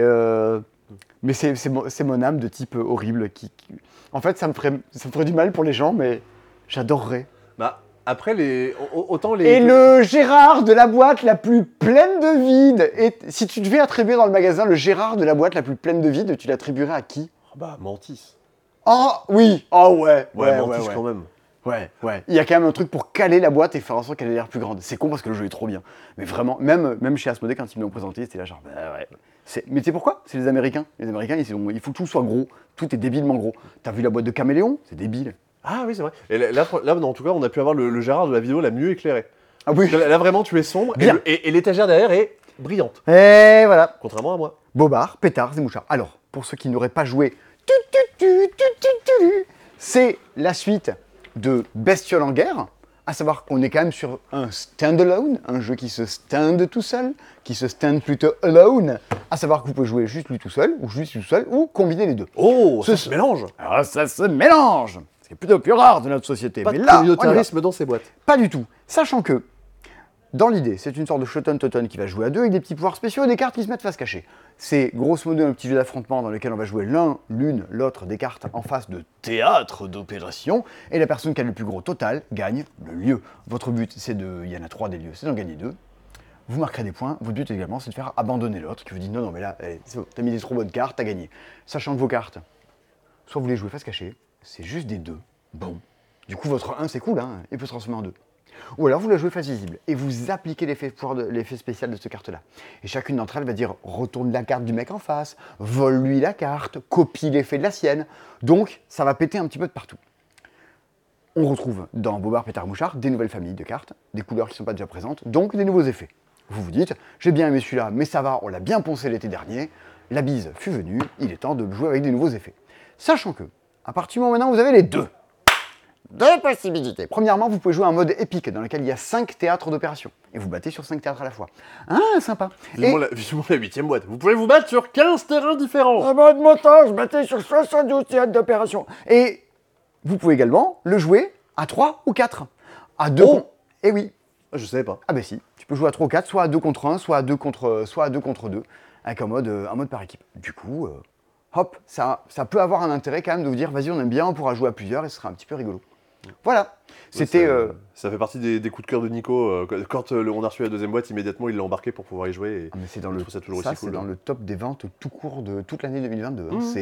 c'est mon âme de type horrible En fait, ça me ferait du mal pour les gens, mais j'adorerais. Bah, après, autant les. Et le Gérard de la boîte la plus pleine de vide. Et si tu devais attribuer dans le magasin le Gérard de la boîte la plus pleine de vide, tu l'attribuerais à qui? Bah, Mantis. Oh oui. Oh ouais. Mantis quand même. Ouais. Il y a quand même un truc pour caler la boîte et faire en sorte qu'elle ait l'air plus grande. C'est con parce que le jeu est trop bien. Mais vraiment, même chez Asmodée, quand ils me l'ont présenté, c'était là genre, bah ouais. Mais tu sais pourquoi? C'est les Américains. Les Américains, il faut que tout soit gros. Tout est débilement gros. T'as vu la boîte de Caméléon? C'est débile. Ah oui, c'est vrai. Et là, en tout cas, on a pu avoir le Gérard de la vidéo la mieux éclairée. Ah oui. Là, vraiment, tu es sombre Bien. et l'étagère derrière est brillante. Et voilà. Contrairement à moi. Bobard, Pétards et Mouchards. Alors, pour ceux qui n'auraient pas joué, c'est la suite de Bestioles en guerre, à savoir qu'on est quand même sur un stand-alone, un jeu qui se stand tout seul, qui se stand plutôt alone, à savoir que vous pouvez jouer juste lui tout seul, ou combiner les deux. Oh, ça se mélange. Ah, ça se mélange. C'est plutôt plus rare de notre société. Pas Mais de là, on y va. communautarisme dans ces boîtes. Pas du tout. Sachant que, dans l'idée, c'est une sorte de Shoten-Toten qui va jouer à deux avec des petits pouvoirs spéciaux et des cartes qui se mettent face cachée. C'est grosso modo un petit jeu d'affrontement dans lequel on va jouer l'autre des cartes en face de théâtre d'opération et la personne qui a le plus gros total gagne le lieu. Votre but, c'est il y en a 3 des lieux, c'est d'en gagner 2. Vous marquerez des points. Votre but également, c'est de faire abandonner l'autre qui vous dit non, mais là, allez, c'est bon, t'as mis des trop bonnes cartes, t'as gagné. Sachant que vos cartes, soit vous les jouez face cachée, c'est juste des 2. Bon. Du coup, votre 1, c'est cool, hein, il peut se transformer en 2. Ou alors vous la jouez face visible et vous appliquez l'effet spécial de cette carte-là. Et chacune d'entre elles va dire retourne la carte du mec en face, vole-lui la carte, copie l'effet de la sienne. Donc ça va péter un petit peu de partout. On retrouve dans Bobard, Pétards, Mouchards des nouvelles familles de cartes, des couleurs qui ne sont pas déjà présentes, donc des nouveaux effets. Vous vous dites, j'ai bien aimé celui-là, mais ça va, on l'a bien poncé l'été dernier, la bise fut venue, il est temps de jouer avec des nouveaux effets. Sachant que, à partir du moment où maintenant vous avez les deux possibilités. Premièrement, vous pouvez jouer un mode épique dans lequel il y a 5 théâtres d'opération. Et vous battez sur 5 théâtres à la fois. Ah, sympa. Vivement la 8ème boîte. Vous pouvez vous battre sur 15 terrains différents. En mode montage, je battais sur 72 théâtres d'opération. Et vous pouvez également le jouer à 3 ou 4. À 2 Oh. Eh oui. Je savais pas. Ah bah si. Tu peux jouer à 3 ou 4, soit à 2 contre 1, soit à 2 contre 2, avec un mode par équipe. Du coup, hop, ça peut avoir un intérêt quand même de vous dire, vas-y, on aime bien, on pourra jouer à plusieurs et ce sera un petit peu rigolo. Voilà, c'était... Ça fait partie des coups de cœur de Nico. Quand on a reçu la deuxième boîte, immédiatement il l'a embarqué pour pouvoir y jouer. Et mais c'est je trouve ça toujours aussi c'est cool. dans le top des ventes tout court de toute l'année 2022. Mmh. C'est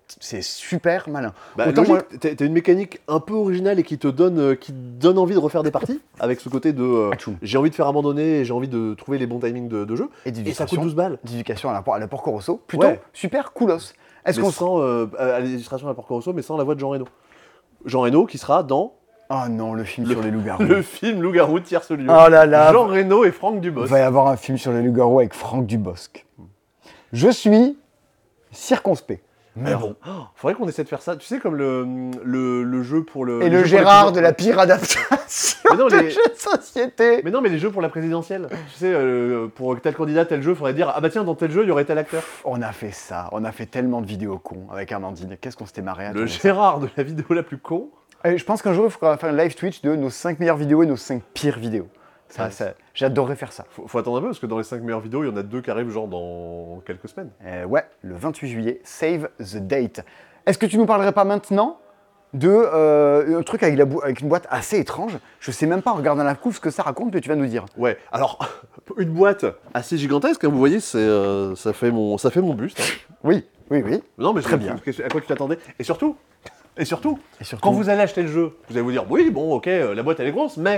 c'est super malin. Bah, Autant logique, moi- t'as une mécanique un peu originale et qui te donne envie de refaire des parties, avec ce côté de Atchoum. j'ai envie de faire abandonner et j'ai envie de trouver les bons timings de jeu. Et ça coûte 12 balles. d'éducation à la Porco Rosso, plutôt Ouais. super coolos. Est-ce Mais qu'on sans à l'illustration de la Porco Rosso, mais sans la voix de Jean Reno. Jean Reno qui sera dans Oh non, le film sur les loups-garous. le film Loup-garou de tierce lieu. Oh là là. Jean Reno et Franck Il Dubosc. va y avoir un film sur les loups-garous avec Franck Dubosc. Je suis circonspect. Mais Alors, bon. faudrait qu'on essaie de faire ça. Tu sais, comme le jeu pour le. Et les le jeux pour Gérard les de la pire adaptation Mais non, de les- jeu de société. Mais non, mais les jeux pour la présidentielle. Tu sais, pour tel candidat, tel jeu, faudrait dire ah bah tiens, dans tel jeu, il y aurait tel acteur. On a fait ça, on a fait tellement de vidéos cons avec Amandine. Qu'est-ce qu'on s'était marré à Le tourner ça. Gérard de la vidéo la plus con. Je pense qu'un jour, il faudra faire un live Twitch de nos 5 meilleures vidéos et nos 5 pires vidéos. Ouais. J'adorerais faire ça. Faut attendre un peu parce que dans les 5 meilleures vidéos, il y en a 2 qui arrivent genre dans quelques semaines. Ouais, le 28 juillet, save the date. Est-ce que tu nous parlerais pas maintenant de un truc avec une boîte assez étrange? Je sais même pas en regardant la couve ce que ça raconte, mais tu vas nous dire. Ouais, alors, une boîte assez gigantesque, hein, vous voyez, ça fait mon buste. Hein. Oui, oui, oui. Non, mais Très bien. À quoi tu t'attendais Et surtout, Et surtout, quand vous allez acheter le jeu, vous allez vous dire, oui, bon, ok, la boîte elle est grosse, mais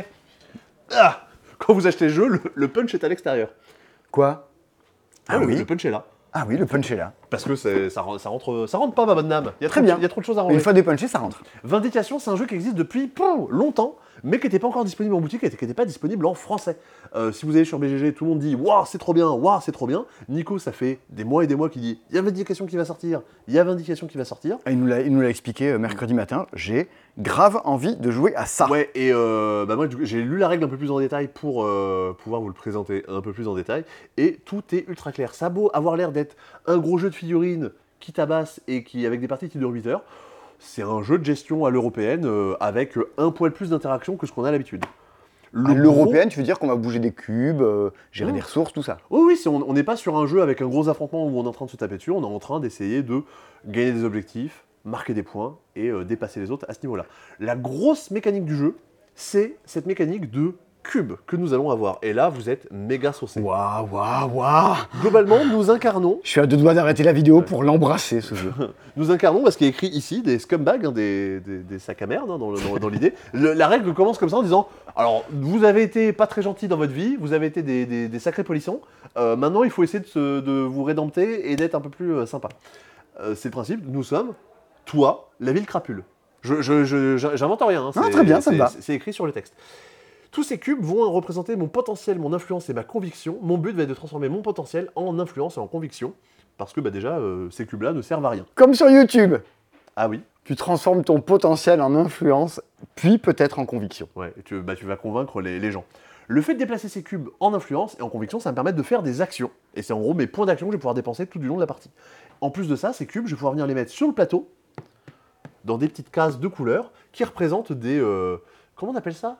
quand vous achetez le jeu, le punch est à l'extérieur. Quoi? Ah Ouais, oui. Le punch est là. Ah oui, le punch est là. Parce que ça rentre pas, ma bonne dame. Il y a Très trop, bien. Il y a trop de choses à Une ranger. fois dépunché, ça rentre. Vindication, c'est un jeu qui existe depuis longtemps, mais qui n'était pas encore disponible en boutique et qui n'était pas disponible en français. Si vous allez sur BGG, tout le monde dit waouh, c'est trop bien, waouh, c'est trop bien. Nico, ça fait des mois et des mois qu'il dit il y a Vindication qui va sortir, il y a Vindication qui va sortir. Il nous l'a expliqué mercredi matin. J'ai grave envie de jouer à ça. Ouais, et moi, du coup, j'ai lu la règle un peu plus en détail pour pouvoir vous le présenter un peu plus en détail. Et tout est ultra clair. Ça a beau avoir l'air d'être un gros jeu de figurines qui tabasse et qui avec des parties qui durent 8 heures. C'est un jeu de gestion à l'européenne avec un poil plus d'interaction que ce qu'on a l'habitude. À l'européenne, tu veux dire qu'on va bouger des cubes, gérer Mmh. des ressources, tout ça. Oui, oui, on n'est pas sur un jeu avec un gros affrontement où on est en train de se taper dessus, on est en train d'essayer de gagner des objectifs, marquer des points et dépasser les autres à ce niveau-là. La grosse mécanique du jeu, c'est cette mécanique de cube que nous allons avoir. Et là, vous êtes méga saucé. Waouh, waouh, waouh. Globalement, nous incarnons, Je suis à deux doigts d'arrêter la vidéo pour l'embrasser, ce jeu. parce qu'il est écrit ici, des scumbags, hein, des sacs à merde hein, dans l'idée. La règle commence comme ça en disant alors, vous avez été pas très gentil dans votre vie, vous avez été des sacrés polissons, maintenant il faut essayer de vous rédempter et d'être un peu plus sympa. C'est le principe, nous sommes, toi, la ville crapule. J'invente rien, hein, Ah, très bien, ça me va. c'est écrit sur le texte. Tous ces cubes vont représenter mon potentiel, mon influence et ma conviction. Mon but va être de transformer mon potentiel en influence et en conviction. Parce que déjà, ces cubes-là ne servent à rien. Comme sur YouTube. Ah oui, Tu transformes ton potentiel en influence, puis peut-être en conviction. ouais, et tu vas convaincre les gens. Le fait de déplacer ces cubes en influence et en conviction, ça va me permettre de faire des actions. Et c'est en gros mes points d'action que je vais pouvoir dépenser tout du long de la partie. En plus de ça, ces cubes, je vais pouvoir venir les mettre sur le plateau, dans des petites cases de couleurs, qui représentent des... comment on appelle ça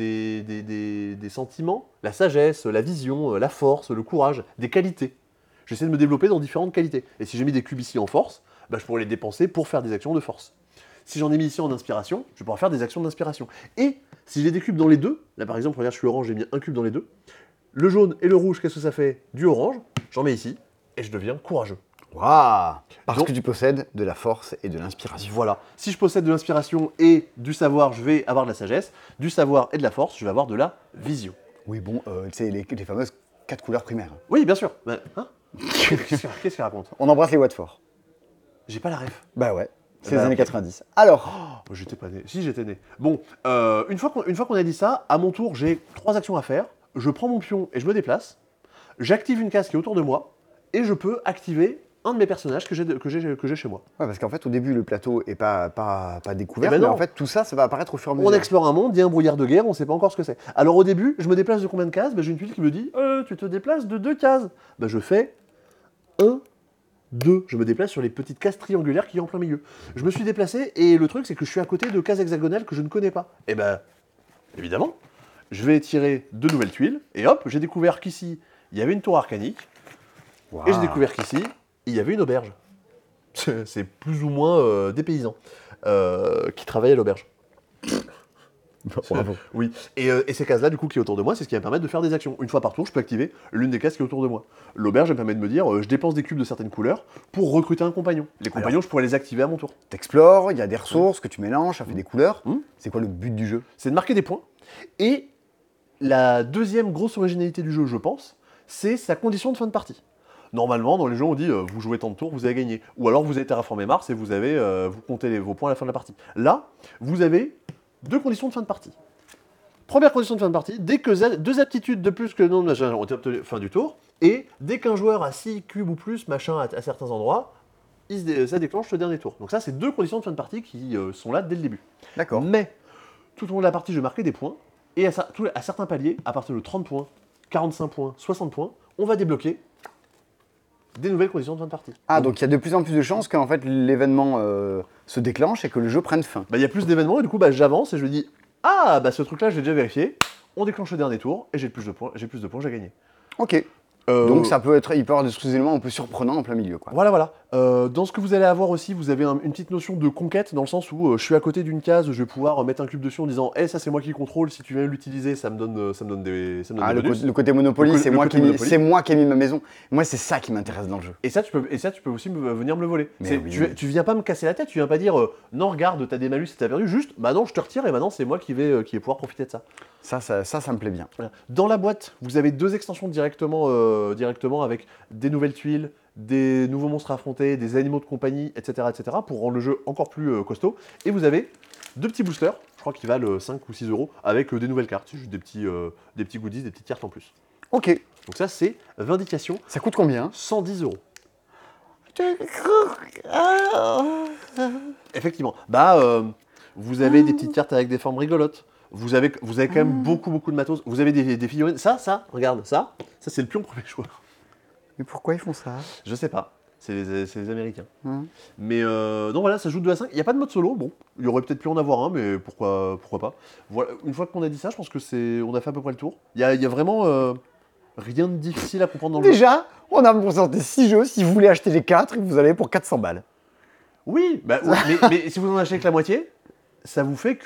des sentiments, la sagesse, la vision, la force, le courage, des qualités. J'essaie de me développer dans différentes qualités. Et si j'ai mis des cubes ici en force, bah, je pourrais les dépenser pour faire des actions de force. Si j'en ai mis ici en inspiration, je vais pouvoir faire des actions d'inspiration. Et si j'ai des cubes dans les deux, là par exemple, regarde, je suis orange, j'ai mis un cube dans les deux. Le jaune et le rouge, qu'est-ce que ça fait? Du orange, j'en mets ici, et je deviens courageux. Waouh. Parce Donc- que tu possèdes de la force et de l'inspiration. Voilà. Si je possède de l'inspiration et du savoir, je vais avoir de la sagesse. Du savoir et de la force, je vais avoir de la vision. Oui, bon, tu sais, les fameuses 4 couleurs primaires. Oui, bien sûr. Bah, hein Qu'est-ce qu'il raconte? On embrasse les Watford. J'ai pas la ref. Bah ouais, c'est Bah, les années ok. 90. Alors, Oh, j'étais pas né. Si, j'étais né. Bon, une fois qu'on a dit ça, à mon tour, j'ai 3 actions à faire. Je prends mon pion et je me déplace. J'active une case qui est autour de moi. Et je peux activer un de mes personnages que j'ai chez moi. ouais, parce qu'en fait, au début, le plateau est pas découvert, Eh ben mais non. en fait, tout ça, ça va apparaître au fur et à mesure. On explore un monde, il y a un brouillard de guerre, on sait pas encore ce que c'est. Alors au début, je me déplace de combien de cases? J'ai une tuile qui me dit tu te déplaces de 2 cases. Je fais 1, 2. Je me déplace sur les petites cases triangulaires qui sont en plein milieu. Je me suis déplacé et le truc c'est que je suis à côté de cases hexagonales que je ne connais pas. Et évidemment, je vais tirer 2 nouvelles tuiles et hop, j'ai découvert qu'ici, il y avait une tour arcanique Waouh. et j'ai découvert qu'ici, il y avait une auberge. C'est plus ou moins des paysans qui travaillent à l'auberge. Bravo. Oui, et ces cases-là, du coup, qui est autour de moi, c'est ce qui va me permettre de faire des actions. Une fois par tour, je peux activer l'une des cases qui est autour de moi. L'auberge, elle me permet de me dire, je dépense des cubes de certaines couleurs pour recruter un compagnon. Les compagnons, je pourrais les activer à mon tour. T'explores, il y a des ressources que tu mélanges, ça fait des couleurs. Mmh. C'est quoi le but du jeu? C'est de marquer des points. Et la deuxième grosse originalité du jeu, je pense, c'est sa condition de fin de partie. Normalement, dans les jeux, on dit vous jouez tant de tours, vous avez gagné. Ou alors vous avez terraformé Mars et vous comptez vos points à la fin de la partie. Là, vous avez deux conditions de fin de partie. Première condition de fin de partie, dès que deux aptitudes de plus que le nombre de machin ont été obtenues fin du tour, et dès qu'un joueur a 6 cubes ou plus machin à certains endroits, ça déclenche ce dernier tour. Donc ça, c'est deux conditions de fin de partie qui sont là dès le début. D'accord. Mais, tout au long de la partie, je marquais des points, et à certains paliers, à partir de 30 points, 45 points, 60 points, on va débloquer des nouvelles conditions de fin de partie. Ah, donc il y a de plus en plus de chances qu'en fait l'événement se déclenche et que le jeu prenne fin. Il y a plus d'événements, et du coup, j'avance et je me dis ah, ce truc-là, je l'ai déjà vérifié, on déclenche le dernier tour, et j'ai plus de points, j'ai gagné. Ok. Donc ça peut être, il peut y avoir des éléments un peu surprenants en plein milieu, quoi. Voilà. Dans ce que vous allez avoir aussi, vous avez une petite notion de conquête, dans le sens où je suis à côté d'une case, je vais pouvoir mettre un cube dessus en disant ça c'est moi qui contrôle, si tu viens l'utiliser, ça me donne des bonus. Le côté Monopoly, c'est moi qui ai mis ma maison. Moi, c'est ça qui m'intéresse dans le jeu. Et ça, tu peux aussi venir me le voler. Oui. Tu viens pas me casser la tête, tu viens pas dire non, regarde, t'as des malus et t'as perdu, juste non, je te retire et maintenant c'est moi qui vais pouvoir profiter de ça. Ça me plaît bien. Voilà. Dans la boîte, vous avez deux extensions directement avec des nouvelles tuiles, des nouveaux monstres à affronter, des animaux de compagnie, etc., pour rendre le jeu encore plus costaud. Et vous avez deux petits boosters, je crois qu'ils valent 5 ou 6 euros, avec des nouvelles cartes. C'est juste des petits goodies, des petites cartes en plus. Ok. Donc ça, c'est Vindication. Ça coûte combien? 110 euros. Effectivement. Vous avez des petites cartes avec des formes rigolotes. Vous avez quand même beaucoup de matos. Vous avez des figurines. Ça, regarde, ça c'est le pion premier joueur. Mais pourquoi ils font ça? Je sais pas. C'est les Américains. Mais non, voilà, ça joue 2 à 5. Il n'y a pas de mode solo. Bon, il y aurait peut-être pu en avoir un, mais pourquoi pas. Voilà, une fois qu'on a dit ça, je pense que on a fait à peu près le tour. Il y a vraiment rien de difficile à comprendre dans le jeu. Déjà, on a présenté 6 jeux. Si vous voulez acheter les 4, vous allez pour 400 balles. Oui, mais si vous en achetez que la moitié, ça vous fait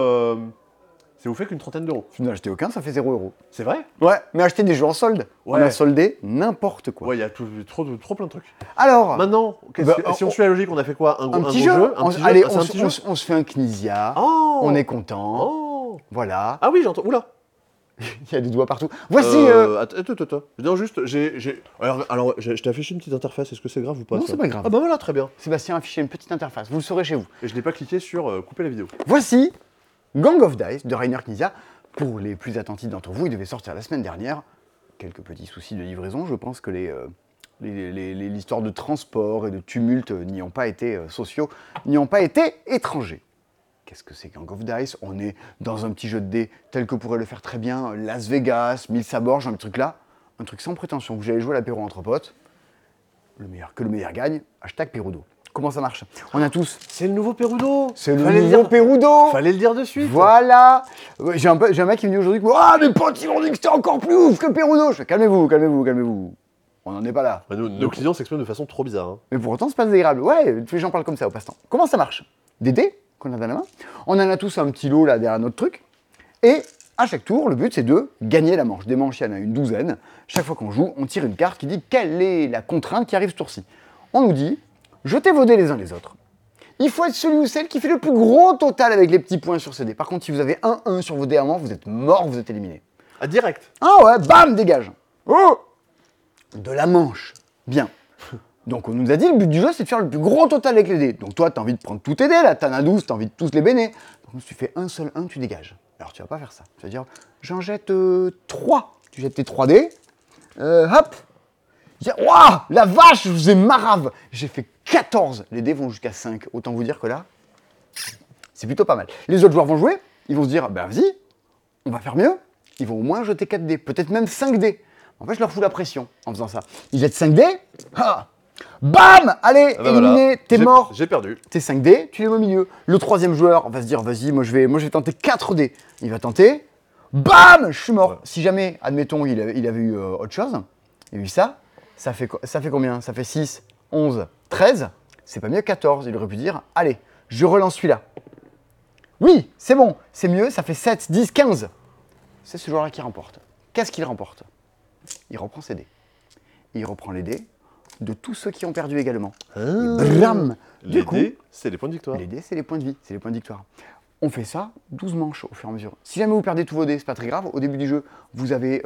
qu'une trentaine d'euros. Si vous n'en achetez aucun, ça fait 0 euros. C'est vrai? Ouais, mais achetez des jeux en solde. Ouais. On a soldé n'importe quoi. Ouais, il y a trop plein de trucs. Alors, Maintenant, si on suit la logique, on a fait quoi? Un petit gros jeu. Allez, on se fait un Knizia. Oh, On est content. Oh. Voilà. Ah oui, j'entends. Oula. Il y a des doigts partout. Voici. Attends. Non, juste, alors, je t'ai affiché une petite interface. Est-ce que c'est grave ou pas? Non, ça c'est pas grave. Ah bah voilà, très bien. Sébastien a affiché une petite interface. Vous le saurez chez vous. Et je n'ai pas cliqué sur couper la vidéo. Voici Gang of Dice de Rainer Knizia. Pour les plus attentifs d'entre vous, il devait sortir la semaine dernière. Quelques petits soucis de livraison. Je pense que l'histoire de transport et de tumulte n'y ont pas été sociaux, n'y ont pas été étrangers. Qu'est-ce que c'est Gang of Dice? On est dans un petit jeu de dés tel que pourrait le faire très bien Las Vegas, Mille Sabords, genre un truc là. Un truc sans prétention. Vous allez jouer à l'apéro entre potes. Le meilleur gagne. Hashtag Perudo. Comment ça marche? On a tous. C'est le nouveau Perudo. C'est le nouveau Perudo. Fallait le dire de suite. Voilà. J'ai un mec qui me dit aujourd'hui que ah, mes potes ils m'ont dit que c'était encore plus ouf que Perudo. Je fais calmez-vous. On n'en est pas là. Nos clients s'expriment de façon trop bizarre. Hein. Mais pour autant, c'est pas désagréable. Ouais, tous les gens parlent comme ça au passe-temps. Comment ça marche? Des dés qu'on a dans la main. On en a tous un petit lot là derrière notre truc. Et à chaque tour, le but c'est de gagner la manche. Des manches, il y en a une douzaine. Chaque fois qu'on joue, on tire une carte qui dit quelle est la contrainte qui arrive ce tour-ci. On nous dit jetez vos dés les uns les autres. Il faut être celui ou celle qui fait le plus gros total avec les petits points sur ces dés. Par contre, si vous avez 1-1 sur vos dés avant, vous êtes mort, vous êtes éliminé. Ah, direct. Ah ouais, bam, dégage. Oh, de la manche. Bien. Donc on nous a dit, le but du jeu, c'est de faire le plus gros total avec les dés. Donc toi, t'as envie de prendre tous tes dés, là, t'en as 12, t'as envie de tous les béner. Donc si tu fais un seul 1, tu dégages. Alors tu vas pas faire ça. Tu vas dire, j'en jette 3. Tu jettes tes 3 dés. Hop. Waouh, la vache, je vous ai marave. J'ai fait 14. Les dés vont jusqu'à 5. Autant vous dire que là, c'est plutôt pas mal. Les autres joueurs vont jouer. Ils vont se dire, ben vas-y, on va faire mieux. Ils vont au moins jeter 4 dés, peut-être même 5 dés. En fait, je leur fous la pression en faisant ça. Ils jettent 5 dés. Ah, bam, allez, éliminé, voilà. T'es mort. J'ai perdu. Tes 5 dés, tu les mets au milieu. Le troisième joueur va se dire, vas-y, moi je vais tenter 4 dés. Il va tenter. Bam, je suis mort. Ouais. Si jamais, admettons, il avait eu autre chose, il a eu ça. Ça fait combien? Ça fait 6, 11, 13. C'est pas mieux 14. Il aurait pu dire, allez, je relance celui-là. Oui, c'est bon, c'est mieux, ça fait 7, 10, 15. C'est ce joueur-là qui remporte. Qu'est-ce qu'il remporte? Il reprend ses dés. Il reprend les dés de tous ceux qui ont perdu également. Et blam! Les dés, c'est les points de victoire. Les dés, c'est les points de vie, c'est les points de victoire. On fait ça 12 manches au fur et à mesure. Si jamais vous perdez tous vos dés, c'est pas très grave. Au début du jeu, vous avez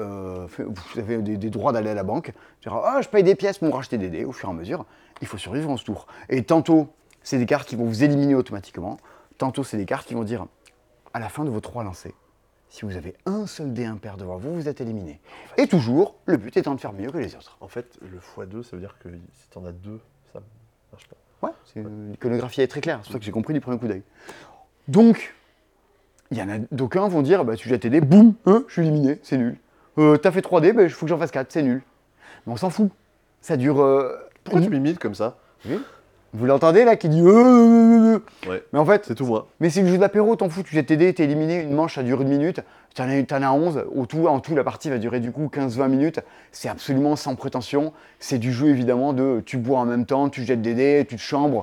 des droits d'aller à la banque. Je paye des pièces pour me racheter des dés. Au fur et à mesure, il faut survivre en ce tour. Et tantôt, c'est des cartes qui vont vous éliminer automatiquement. Tantôt, c'est des cartes qui vont dire, à la fin de vos 3 lancers, si vous avez un seul dé impair devant vous, vous êtes éliminé. Et toujours, le but étant de faire mieux que les autres. En fait, le x2, ça veut dire que si t'en as 2, ça marche pas. Ouais, l'iconographie est très claire. C'est pour ça que j'ai compris du premier coup d'œil. Donc, il y en a d'aucuns vont dire, tu jettes tes dés, boum, je suis éliminé, c'est nul. T'as fait 3 dés, il faut que j'en fasse 4, c'est nul. Mais on s'en fout. Ça dure... Pourquoi tu m'imites comme ça? Oui. Vous l'entendez là qui dit Ouais. Mais en fait, c'est tout moi. Mais c'est le jeu d'apéro, t'en fous, tu jettes tes dés, t'es éliminé, une manche ça dure 1 minute, t'en as 11, en tout la partie va durer du coup 15-20 minutes, c'est absolument sans prétention, c'est du jeu évidemment de tu bois en même temps, tu jettes des dés, tu te chambres,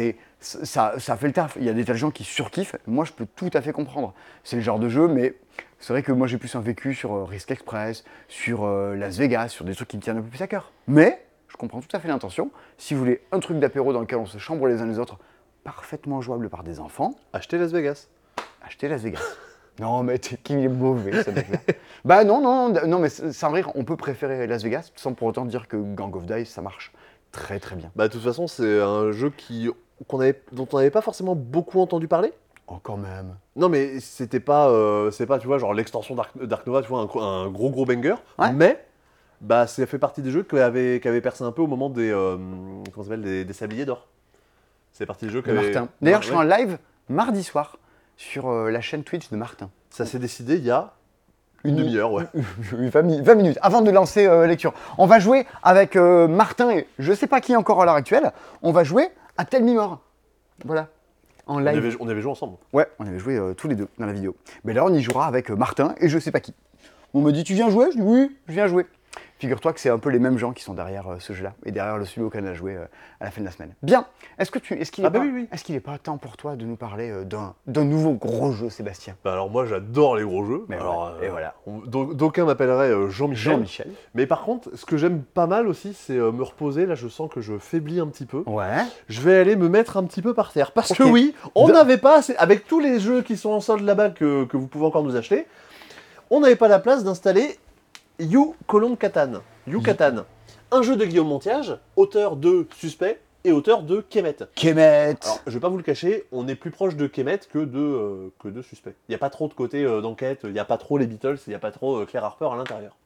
ça fait le taf. Il y a des tas de gens qui surkiffent, moi je peux tout à fait comprendre, c'est le genre de jeu, mais c'est vrai que moi j'ai plus un vécu sur Risk Express, sur Las Vegas, sur des trucs qui me tiennent un peu plus à cœur. Mais je comprends tout à fait l'intention, si vous voulez un truc d'apéro dans lequel on se chambre les uns les autres, parfaitement jouable par des enfants. Achetez Las Vegas. Achetez Las Vegas. Non, mais qu'il est mauvais, ce mec-là. Non, mais sans rire, on peut préférer Las Vegas, sans pour autant dire que Gang of Dice, ça marche très très bien. De toute façon, c'est un jeu dont on n'avait pas forcément beaucoup entendu parler. Oh, quand même. Non, mais c'était pas, c'est pas, tu vois, genre l'extension Dark Nova, tu vois, un gros banger. Ouais. Mais, ça fait partie des jeux qui avaient percé un peu au moment des, comment ça s'appelle, des sabliers d'or. C'est partie des jeux qui avaient... Martin. D'ailleurs, je serai en live mardi soir sur la chaîne Twitch de Martin. Ça s'est décidé il y a une demi-heure, ouais. 20 minutes, avant de lancer lecture. On va jouer avec Martin et je sais pas qui encore à l'heure actuelle. On va jouer à Tell Me More. Voilà. En live. On avait joué ensemble. Ouais, on avait joué tous les deux dans la vidéo. Mais là, on y jouera avec Martin et je sais pas qui. On me dit, tu viens jouer? Je dis, oui, je viens jouer. Figure-toi que c'est un peu les mêmes gens qui sont derrière ce jeu-là et derrière le celui auquel on a joué à la fin de la semaine. Bien. Est-ce qu'il n'est pas temps pour toi de nous parler d'un nouveau gros jeu, Sébastien? Alors moi, j'adore les gros jeux. Mais alors, et voilà. D'aucuns m'appelleraient Jean-Michel. Jean-Michel. Mais par contre, ce que j'aime pas mal aussi, c'est me reposer. Là, je sens que je faiblis un petit peu. Ouais. Je vais aller me mettre un petit peu par terre. Parce Ok. que oui, on n'avait pas assez... Avec tous les jeux qui sont en solde là-bas que vous pouvez encore nous acheter, on n'avait pas la place d'installer Yucatan. Un jeu de Guillaume Montiage, auteur de Suspect et auteur de Kemet. Kemet. Alors, je vais pas vous le cacher, on est plus proche de Kemet que de Suspect. Il n'y a pas trop de côté d'enquête, il n'y a pas trop les Beatles, il n'y a pas trop Claire Harper à l'intérieur.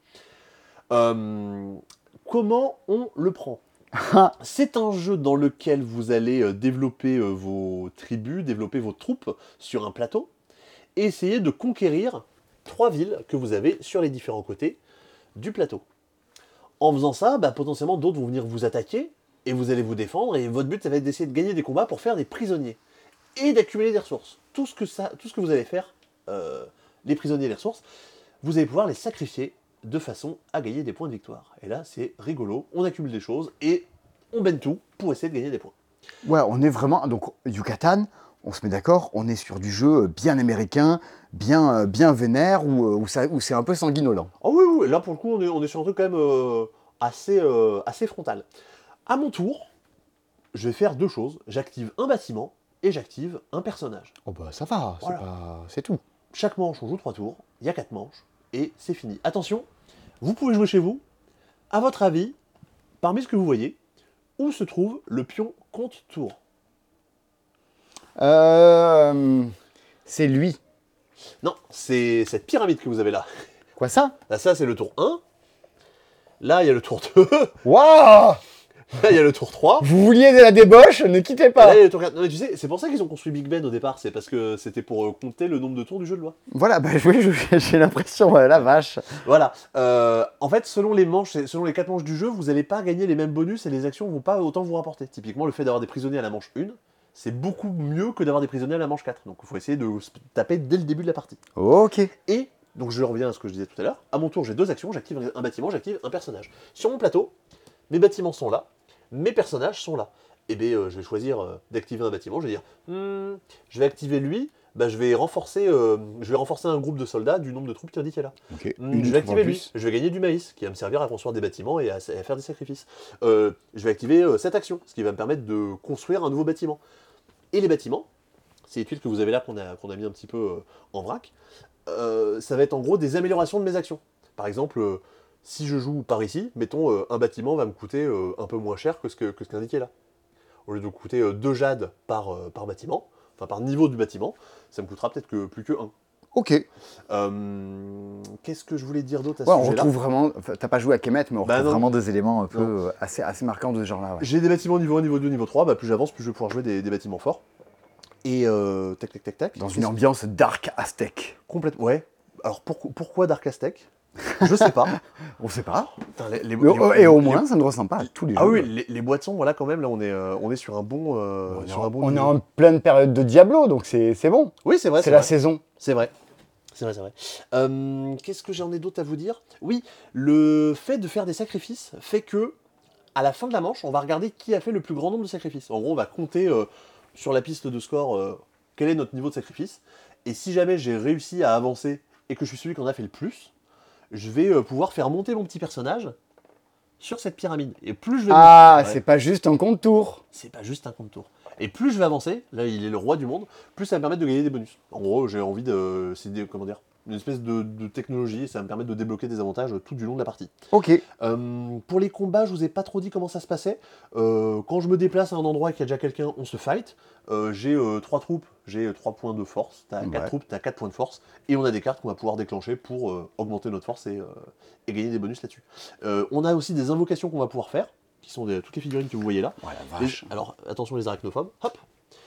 Comment on le prend? C'est un jeu dans lequel vous allez développer vos tribus, développer vos troupes sur un plateau et essayer de conquérir 3 villes que vous avez sur les différents côtés du plateau. En faisant ça, potentiellement d'autres vont venir vous attaquer et vous allez vous défendre et votre but ça va être d'essayer de gagner des combats pour faire des prisonniers et d'accumuler des ressources. Tout ce que vous allez faire, les prisonniers et les ressources, vous allez pouvoir les sacrifier de façon à gagner des points de victoire. Et là c'est rigolo, on accumule des choses et on baigne tout pour essayer de gagner des points. Ouais, on est vraiment... Donc, Yucatan, on se met d'accord, on est sur du jeu bien américain, bien vénère, où c'est un peu sanguinolent. Oh oui, là pour le coup on est sur un truc quand même assez frontal. À mon tour, je vais faire 2 choses. J'active un bâtiment et j'active un personnage. Oh ça va, Voilà. C'est tout. Chaque manche, on joue 3 tours, il y a 4 manches, et c'est fini. Attention, vous pouvez jouer chez vous. À votre avis, parmi ce que vous voyez, où se trouve le pion compte-tour? C'est lui. Non, c'est cette pyramide que vous avez là. Quoi ça? Là, ça, c'est le tour 1. Là, il y a le tour 2. Waouh! Là, il y a le tour 3. Vous vouliez de la débauche, ne quittez Et pas. là, il y a le tour 4. Non, mais tu sais, c'est pour ça qu'ils ont construit Big Ben au départ. C'est parce que c'était pour compter le nombre de tours du jeu de loi. Voilà, oui, j'ai l'impression, la vache. Voilà. En fait, selon les 4 manches du jeu, vous n'allez pas gagner les mêmes bonus et les actions ne vont pas autant vous rapporter. Typiquement, le fait d'avoir des prisonniers à la manche 1, c'est beaucoup mieux que d'avoir des prisonniers à la manche 4. Donc il faut essayer de se taper dès le début de la partie. Ok. Et, donc je reviens à ce que je disais tout à l'heure, à mon tour j'ai 2 actions, j'active un bâtiment, j'active un personnage. Sur mon plateau, mes bâtiments sont là, mes personnages sont là. Et bien je vais choisir d'activer un bâtiment, je vais dire, je vais activer lui, bah, je vais renforcer un groupe de soldats du nombre de troupes qui est indiqué là. Ok. Je vais activer lui, je vais gagner du maïs, qui va me servir à construire des bâtiments et à faire des sacrifices. Je vais activer cette action, ce qui va me permettre de construire un nouveau bâtiment. Et les bâtiments, c'est les tuiles que vous avez là qu'on a mis un petit peu en vrac, ça va être en gros des améliorations de mes actions. Par exemple, si je joue par ici, mettons un bâtiment va me coûter un peu moins cher que ce qui est indiqué là. Au lieu de coûter 2 jades par bâtiment, enfin par niveau du bâtiment, ça me coûtera peut-être plus que 1. Ok. Qu'est-ce que je voulais dire d'autre à Ouais, ce on sujet-là? retrouve vraiment, t'as pas joué à Kemet, mais on retrouve non. vraiment des éléments un peu assez marquants de ce genre-là. Ouais. J'ai des bâtiments niveau 1, niveau 2, niveau 3, bah, plus j'avance, plus je vais pouvoir jouer des bâtiments forts. Et tac. Dans une ambiance dark aztèque. Complètement. Ouais. Alors pourquoi Dark Aztec? Je sais pas. On sait pas. Putain, Et au moins, ça ne ressemble pas à tous les jeux. Ah oui, les boîtes sombres, là quand même, là on est sur un bon. On est en pleine période de Diablo, donc c'est bon. Oui, c'est vrai. C'est la saison. C'est vrai. C'est vrai. Qu'est-ce que j'en ai d'autre à vous dire? Oui, le fait de faire des sacrifices fait que, à la fin de la manche, on va regarder qui a fait le plus grand nombre de sacrifices. En gros, on va compter sur la piste de score quel est notre niveau de sacrifice. Et si jamais j'ai réussi à avancer et que je suis celui qui en a fait le plus, je vais pouvoir faire monter mon petit personnage sur cette pyramide. Et plus je vais C'est pas juste un contour. C'est pas juste un compte tour. Et plus je vais avancer, là il est le roi du monde, plus ça va me permettre de gagner des bonus. En gros, j'ai envie de. Comment dire, une espèce de technologie, et ça va me permettre de débloquer des avantages tout du long de la partie. Ok. Pour les combats, je vous ai pas trop dit comment ça se passait. Quand je me déplace à un endroit et qu'il y a déjà quelqu'un, on se fight. J'ai 3 troupes, j'ai 3 points de force. T'as 4 troupes, t'as 4 points de force. Et on a des cartes qu'on va pouvoir déclencher pour augmenter notre force et gagner des bonus là-dessus. On a aussi des invocations qu'on va pouvoir faire, qui sont toutes les figurines que vous voyez là. Ouais, la vache. Alors, attention les arachnophobes. Hop.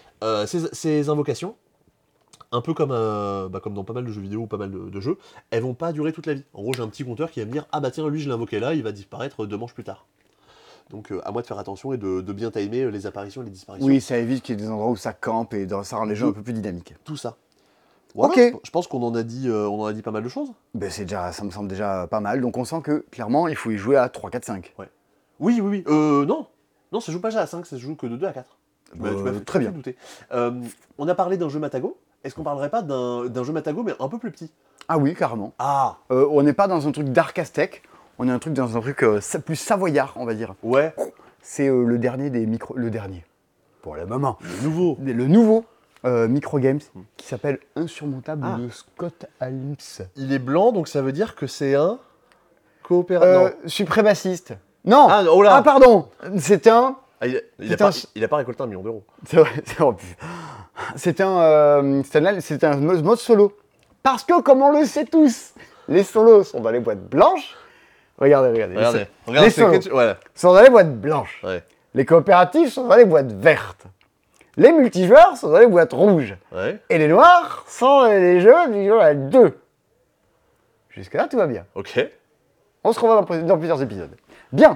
Ces invocations, un peu comme dans pas mal de jeux vidéo ou pas mal de jeux, elles vont pas durer toute la vie. En gros, j'ai un petit compteur qui va me dire « Ah bah tiens, lui je l'ai invoqué là, il va disparaître 2 manches plus tard ». Donc à moi de faire attention et de bien timer les apparitions et les disparitions. Oui, ça évite qu'il y ait des endroits où ça campe et ça rend les jeux un peu plus dynamiques. Tout ça. Voilà, ok. Je pense qu'on en a dit pas mal de choses. Ben ça me semble déjà pas mal. Donc on sent que clairement, il faut y jouer à 3, 4, 5. Ouais. Oui. Non, ça joue pas déjà à 5, ça se joue que de 2 à 4. Tu m'as fait très bien. douter. On a parlé d'un jeu Matago. Est-ce qu'on parlerait pas d'un jeu Matago mais un peu plus petit? Ah oui, carrément. Ah On n'est pas dans un truc dark aztèque, on est dans un truc plus savoyard, on va dire. Ouais. C'est le dernier des micro... Le dernier. Pour la maman. Le nouveau. Le nouveau micro games qui s'appelle Insurmontable de Scott Alms. Il est blanc, donc ça veut dire que c'est un coopérateur. Suprémaciste. Non. Oh là. Ah pardon. C'est un... Il a pas récolté 1 million d'euros. C'est vrai, c'est un mode solo. Parce que, comme on le sait tous, les solos sont dans les boîtes blanches. Regardez. Les solos sont dans les boîtes blanches. Ouais. Les coopératives sont dans les boîtes vertes. Les multijoueurs sont dans les boîtes rouges. Ouais. Et les noirs sont les jeux du jeu à 2. Jusque-là, tout va bien. Ok. On se revoit dans plusieurs épisodes. Bien.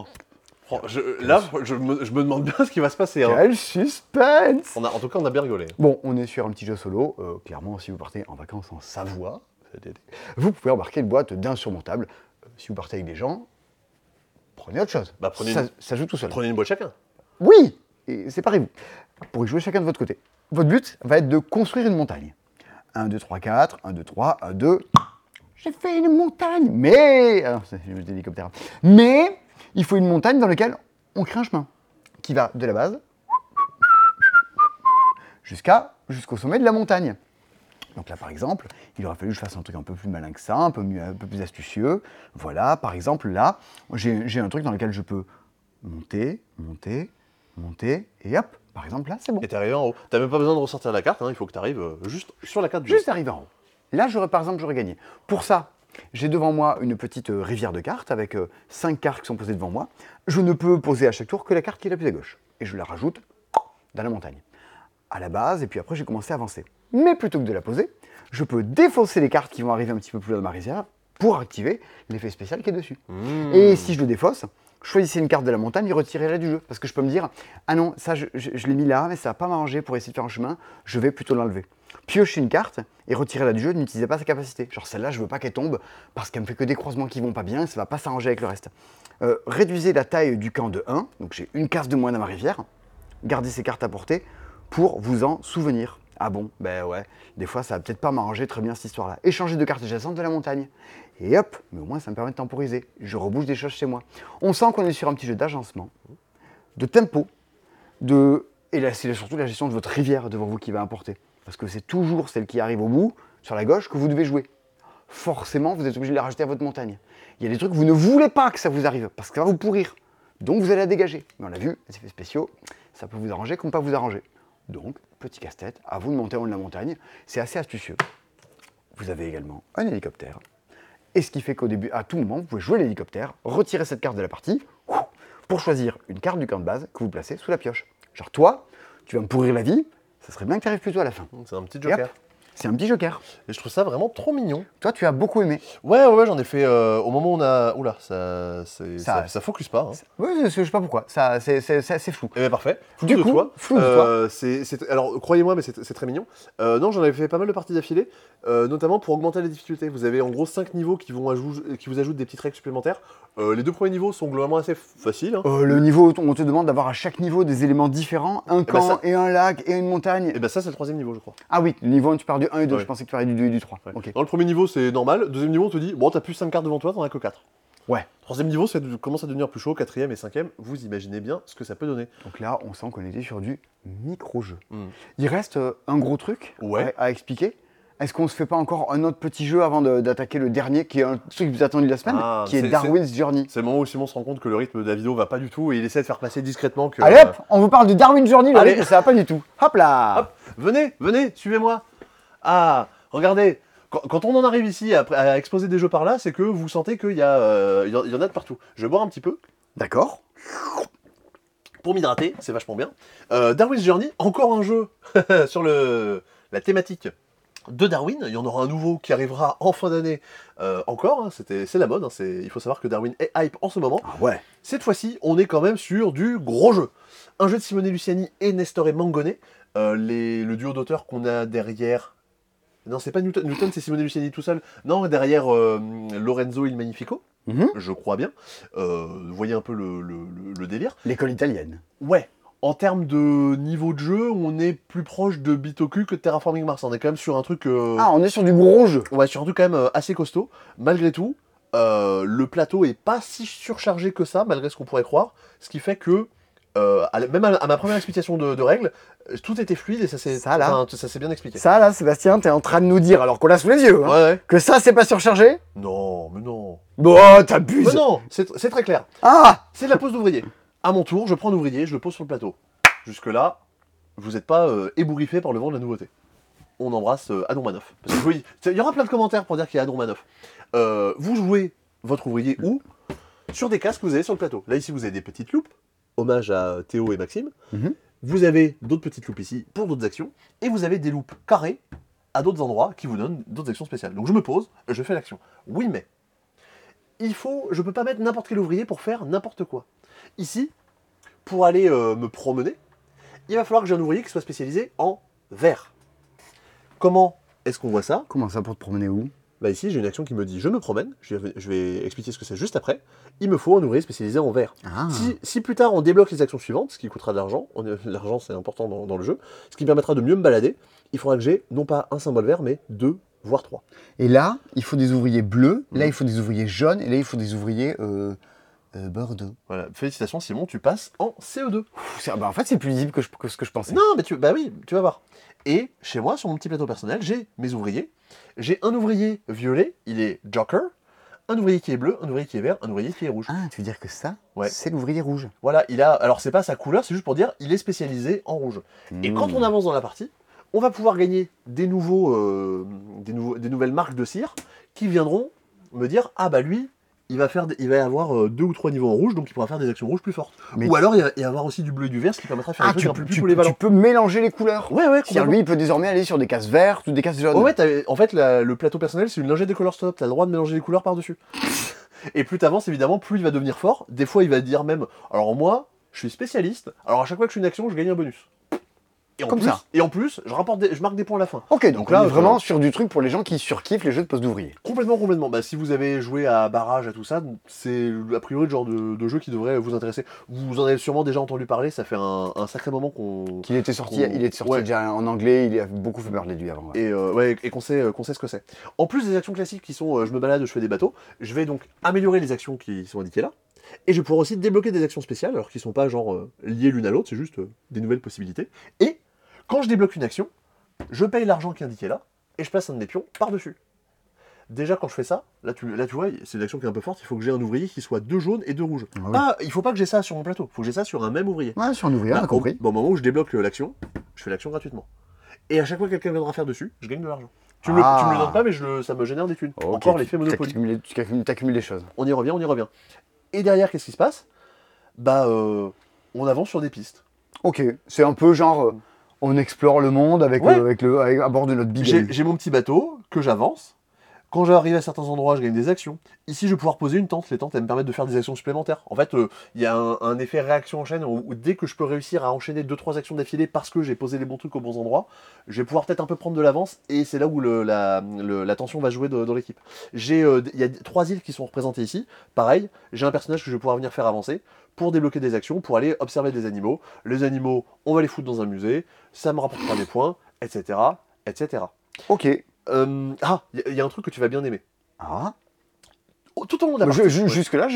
Je me demande bien ce qui va se passer. Hein. Quel suspense. En tout cas, on a bien rigolé. Bon, on est sur un petit jeu solo. Clairement, si vous partez en vacances en Savoie, vous pouvez embarquer une boîte d'insurmontable. Si vous partez avec des gens, prenez autre chose. Bah, ça joue tout seul. Prenez une boîte chacun. Oui, et séparez-vous. Pour y jouer chacun de votre côté. Votre but va être de construire une montagne. 1, 2, 3, 4, 1, 2, 3, 1, 2. J'ai fait une montagne, mais... Alors, c'est juste l'hélicoptère. Mais, il faut une montagne dans laquelle on crée un chemin qui va de la base jusqu'au sommet de la montagne. Donc là, par exemple, il aurait fallu que je fasse un truc un peu plus malin que ça, un peu plus astucieux. Voilà, par exemple, là, j'ai un truc dans lequel je peux monter, et hop, par exemple, là, c'est bon. Et t'es arrivé en haut. T'as même pas besoin de ressortir la carte, hein, il faut que t'arrives juste sur la carte. Juste arriver en haut. Là, par exemple, j'aurais gagné. Pour ça, j'ai devant moi une petite rivière de cartes avec 5 cartes qui sont posées devant moi. Je ne peux poser à chaque tour que la carte qui est la plus à gauche. Et je la rajoute dans la montagne. À la base, et puis après, j'ai commencé à avancer. Mais plutôt que de la poser, je peux défausser les cartes qui vont arriver un petit peu plus loin de ma rivière pour activer l'effet spécial qui est dessus. Et si je le défausse, choisissez une carte de la montagne et retirez-la du jeu. Parce que je peux me dire, ah non, ça je l'ai mis là, mais ça va pas m'arranger pour essayer de faire un chemin, je vais plutôt l'enlever. Piochez une carte et retirez-la du jeu, n'utilisez pas sa capacité. Genre celle-là, je veux pas qu'elle tombe parce qu'elle me fait que des croisements qui vont pas bien et ça va pas s'arranger avec le reste. Réduisez la taille du camp de 1, donc j'ai une case de moins dans ma rivière. Gardez ces cartes à portée pour vous en souvenir. Ah bon, ben ouais, des fois ça va peut-être pas m'arranger très bien cette histoire-là. Échanger de cartes adjacentes de la montagne. Et hop, mais au moins ça me permet de temporiser. Je rebouge des choses chez moi. On sent qu'on est sur un petit jeu d'agencement, de tempo, et là c'est surtout la gestion de votre rivière devant vous qui va importer. Parce que c'est toujours celle qui arrive au bout, sur la gauche, que vous devez jouer. Forcément, vous êtes obligé de la rajouter à votre montagne. Il y a des trucs que vous ne voulez pas que ça vous arrive, parce que ça va vous pourrir. Donc vous allez la dégager. Mais on l'a vu, les effets spéciaux, ça peut vous arranger comme pas vous arranger. Donc, petit casse-tête, à vous de monter en haut de la montagne. C'est assez astucieux. Vous avez également un hélicoptère. Et ce qui fait qu'au début, à tout moment, vous pouvez jouer l'hélicoptère, retirer cette carte de la partie, pour choisir une carte du camp de base que vous placez sous la pioche. Genre toi, tu vas me pourrir la vie, ça serait bien que tu arrives plutôt à la fin. C'est un petit Et joker. hop, c'est un petit joker. Et je trouve ça vraiment trop mignon. Toi, tu as beaucoup aimé. Ouais, j'en ai fait au moment où on a... Oula, ça focus pas. Hein. Oui, je sais pas pourquoi, c'est flou. Eh bien, parfait. Du coup, flou de toi. Alors, croyez-moi, mais c'est très mignon. Non, j'en avais fait pas mal de parties d'affilée, notamment pour augmenter les difficultés. Vous avez en gros 5 niveaux qui vous ajoutent des petites règles supplémentaires. Les 2 premiers niveaux sont globalement assez faciles. Hein. Le niveau, on te demande d'avoir à chaque niveau des éléments différents, un camp et un lac et une montagne. Et ben ça, c'est le 3e niveau, je crois. Ah oui, le niveau 1, tu pars du 1 et 2, Ouais. je pensais que tu parlais du 2 et du 3. Ouais. Ok. Dans le premier niveau, c'est normal. Deuxième niveau, on te dit, bon, t'as plus 5 cartes devant toi, t'en as que 4. Ouais. Troisième niveau, ça commence à devenir plus chaud. 4e et 5e, vous imaginez bien ce que ça peut donner. Donc là, on sent qu'on était sur du micro-jeu. Mm. Il reste un gros truc Ouais. à expliquer. Est-ce qu'on se fait pas encore un autre petit jeu avant d'attaquer le dernier, qui est un truc que vous attendu la semaine, qui est Darwin's Journey? C'est le moment où Simon se rend compte que le rythme de la vidéo va pas du tout et il essaie de faire passer discrètement que... Allez hop, on vous parle de Darwin's Journey, le Allez. rythme, ça va pas du tout. Hop là. Hop, venez, suivez-moi. Ah, regardez, quand on en arrive ici à exposer des jeux par là, c'est que vous sentez qu'il y en a de partout. Je vais boire un petit peu D'accord. pour m'hydrater, c'est vachement bien. Darwin's Journey, encore un jeu sur la thématique de Darwin. Il y en aura un nouveau qui arrivera en fin d'année encore. Hein, c'est la mode. Hein, il faut savoir que Darwin est hype en ce moment. Ah ouais. Cette fois-ci, on est quand même sur du gros jeu. Un jeu de Simone Luciani et Nestor Mangone. Le duo d'auteurs qu'on a derrière... Non, c'est pas Newton. Newton, c'est Simone Luciani tout seul. Non, derrière Lorenzo il Magnifico, je crois bien. Vous voyez un peu le délire. L'école italienne. Ouais. En termes de niveau de jeu, on est plus proche de Bitoku que de Terraforming Mars. On est quand même sur un truc... Ah, on est sur du gros jeu. Ouais, sur un truc quand même assez costaud. Malgré tout, le plateau est pas si surchargé que ça, malgré ce qu'on pourrait croire. Ce qui fait que, même à ma première explication de règles, tout était fluide et ça s'est bien expliqué. Ça là, Sébastien, t'es en train de nous dire, alors qu'on l'a sous les yeux, hein, Ouais. que ça c'est pas surchargé? Non, mais non. Bon, t'abuses. Mais non, c'est très clair. Ah. C'est de la pose d'ouvrier. À mon tour, je prends l'ouvrier, je le pose sur le plateau. Jusque-là, vous n'êtes pas ébouriffé par le vent de la nouveauté. On embrasse Adon Manoff. Parce que oui, il y aura plein de commentaires pour dire qu'il y a Adon Manoff. Vous jouez votre ouvrier où? Sur des casques que vous avez sur le plateau. Là, ici, vous avez des petites loupes. Hommage à Théo et Maxime. Vous avez d'autres petites loupes ici pour d'autres actions. Et vous avez des loupes carrées à d'autres endroits qui vous donnent d'autres actions spéciales. Donc je me pose, je fais l'action. Oui, mais je peux pas mettre n'importe quel ouvrier pour faire n'importe quoi. Ici, pour aller me promener, il va falloir que j'ai un ouvrier qui soit spécialisé en verre. Comment est-ce qu'on voit ça? Comment ça, pour te promener où? Bah ici, j'ai une action qui me dit je me promène, je vais expliquer ce que c'est juste après. Il me faut un ouvrier spécialisé en verre. Ah. Si plus tard on débloque les actions suivantes, ce qui coûtera de l'argent, l'argent c'est important dans le jeu, ce qui me permettra de mieux me balader, il faudra que j'ai non pas un symbole vert, mais 2, voire 3. Et là, il faut des ouvriers bleus, là il faut des ouvriers jaunes, et là il faut des ouvriers bordeaux. Voilà, félicitations Simon, tu passes en CE2. En fait, c'est plus lisible que ce que je pensais. Non, mais bah oui, tu vas voir. Et chez moi, sur mon petit plateau personnel, j'ai mes ouvriers. J'ai un ouvrier violet, il est Joker. Un ouvrier qui est bleu, un ouvrier qui est vert, un ouvrier qui est rouge. Ah, tu veux dire que ça, Ouais. c'est l'ouvrier rouge. Voilà, alors c'est pas sa couleur, c'est juste pour dire il est spécialisé en rouge. Et quand on avance dans la partie, on va pouvoir gagner des nouvelles marques de cire qui viendront me dire ah bah lui, il va y avoir 2 ou 3 niveaux en rouge, donc il pourra faire des actions rouges plus fortes. Mais ou alors il va y avoir aussi du bleu et du vert, ce qui permettra de faire des trucs un peu plus polyvalents. Tu peux mélanger les couleurs. Ouais, C'est-à-dire lui, il peut désormais aller sur des cases vertes ou des cases jaunes. Ouais, en fait, le plateau personnel, c'est une lingette de color stop. T'as le droit de mélanger les couleurs par-dessus. Et plus t'avances, évidemment, plus il va devenir fort. Des fois, il va dire même, alors moi, je suis spécialiste, alors à chaque fois que je fais une action, je gagne un bonus. Et en Comme plus, ça. je marque des points à la fin. Ok, donc là, on est vraiment sur du truc pour les gens qui surkiffent les jeux de poste d'ouvrier. Complètement. Bah, si vous avez joué à Barrage, à tout ça, c'est a priori le genre de jeu qui devrait vous intéresser. Vous en avez sûrement déjà entendu parler, ça fait un sacré moment qu'on... Il était sorti Ouais. déjà en anglais, il a beaucoup fait parler de lui avant. Ouais. Et qu'on sait ce que c'est. En plus des actions classiques qui sont je me balade, je fais des bateaux, je vais donc améliorer les actions qui sont indiquées là. Et je vais pouvoir aussi débloquer des actions spéciales, alors qui sont pas genre liées l'une à l'autre, c'est juste des nouvelles possibilités. Et quand je débloque une action, je paye l'argent qui est indiqué là, et je place un de mes pions par-dessus. Déjà, quand je fais ça, là tu vois, c'est une action qui est un peu forte, il faut que j'ai un ouvrier qui soit 2 jaunes et 2 rouges. Ah oui. Ah, il faut pas que j'ai ça sur mon plateau, il faut que j'ai ça sur un même ouvrier. Ouais, sur un ouvrier, on Là, a compris. au moment où je débloque l'action, je fais l'action gratuitement. Et à chaque fois que quelqu'un viendra faire dessus, je gagne de l'argent. Tu me le donnes pas, mais ça me génère des thunes. Ok, Encore l'effet Monopoly. Tu accumules les choses. On y revient. Et derrière, qu'est-ce qui se passe? Bah, on avance sur des pistes. Ok, c'est un peu genre, on explore le monde Ouais. à bord de notre big. J'ai mon petit bateau que j'avance. Quand j'arrive à certains endroits, je gagne des actions. Ici, je vais pouvoir poser une tente. Les tentes, elles me permettent de faire des actions supplémentaires. En fait, il y a un effet réaction en chaîne où dès que je peux réussir à enchaîner 2-3 actions d'affilée parce que j'ai posé les bons trucs aux bons endroits, je vais pouvoir peut-être un peu prendre de l'avance et c'est là où la tension va jouer dans l'équipe. Il y a 3 îles qui sont représentées ici. Pareil, j'ai un personnage que je vais pouvoir venir faire avancer pour débloquer des actions, pour aller observer des animaux. Les animaux, on va les foutre dans un musée, ça me rapportera des points, etc. etc. Ok. Il y a un truc que tu vas bien aimer. Ah. Tout au long de la partie. Ouais. Jusque-là,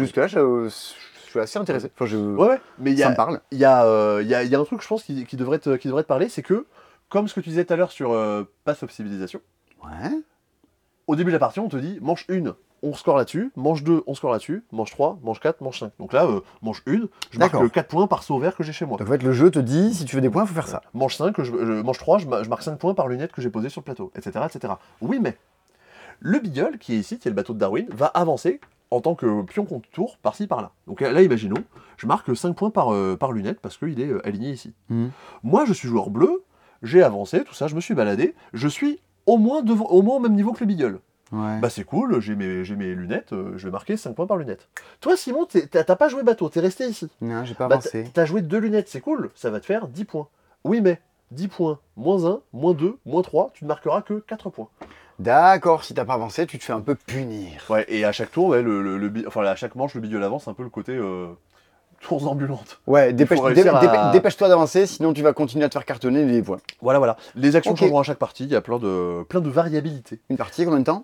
je suis assez intéressé. Enfin, Ouais, mais ça me parle. il y a un truc, je pense, qui devrait te parler, c'est que, comme ce que tu disais tout à l'heure sur Pass of Civilization, Ouais. au début de la partie, on te dit, manche 1, on score là-dessus, manche 2, on score là-dessus, manche 3, manche 4, manche 5. Donc là, manche 1, je marque D'accord. 4 points par saut vert que j'ai chez moi. Donc en fait, le jeu te dit, si tu veux des points, il faut faire ça. Manche 5, manche 3, je marque 5 points par lunette que j'ai posée sur le plateau, etc., etc. Oui, mais le Beagle, qui est ici, qui est le bateau de Darwin, va avancer en tant que pion contre tour, par-ci, par-là. Donc là, imaginons, je marque 5 points par lunette parce qu'il est aligné ici. Moi, je suis joueur bleu, j'ai avancé, tout ça, je me suis baladé, je suis au moins au même niveau que le Beagle. Ouais. Bah c'est cool, j'ai mes lunettes, je vais marquer 5 points par lunette. Toi, Simon, t'as pas joué bateau, t'es resté ici. Non, j'ai pas Bah, avancé. t'as joué 2 lunettes, c'est cool, ça va te faire 10 points. Oui, mais 10 points, moins 1, moins 2, moins 3, tu ne marqueras que 4 points. D'accord, si t'as pas avancé, tu te fais un peu punir. Ouais, et à chaque tour, ouais, à chaque manche, le Beagle avance un peu le côté tours ambulantes. Ouais, faut réussir à- dépêche-toi d'avancer, sinon tu vas continuer à te faire cartonner les points. Voilà. Les actions Ok. changeront à chaque partie, il y a plein de variabilités. Une partie, combien de temps?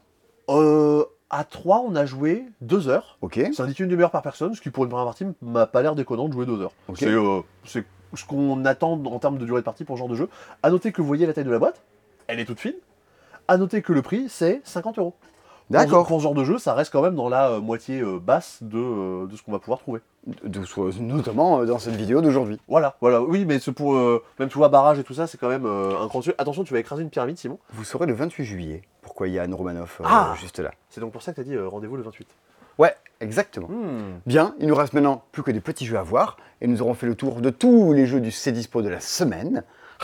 À 3, on a joué 2 heures. Ok. Ça indique une demi-heure par personne, ce qui pour une première partie m'a pas l'air déconnant de jouer 2 heures. Ok. C'est ce qu'on attend en termes de durée de partie pour ce genre de jeu. À noter que vous voyez la taille de la boîte, elle est toute fine. À noter que le prix, c'est 50 €. D'accord. Pour ce genre de jeu, ça reste quand même dans la moitié basse de ce qu'on va pouvoir trouver. Notamment dans cette vidéo d'aujourd'hui. Voilà. Oui, mais c'est pour. Même tu vois, barrage et tout ça, c'est quand même un grand sujet. Attention, tu vas écraser une pyramide, Simon. Vous saurez le 28 juillet pourquoi il y a Anne Romanoff juste là. C'est donc pour ça que tu as dit rendez-vous le 28. Ouais, exactement. Bien, il nous reste maintenant plus que des petits jeux à voir et nous aurons fait le tour de tous les jeux du C-Dispo de la semaine.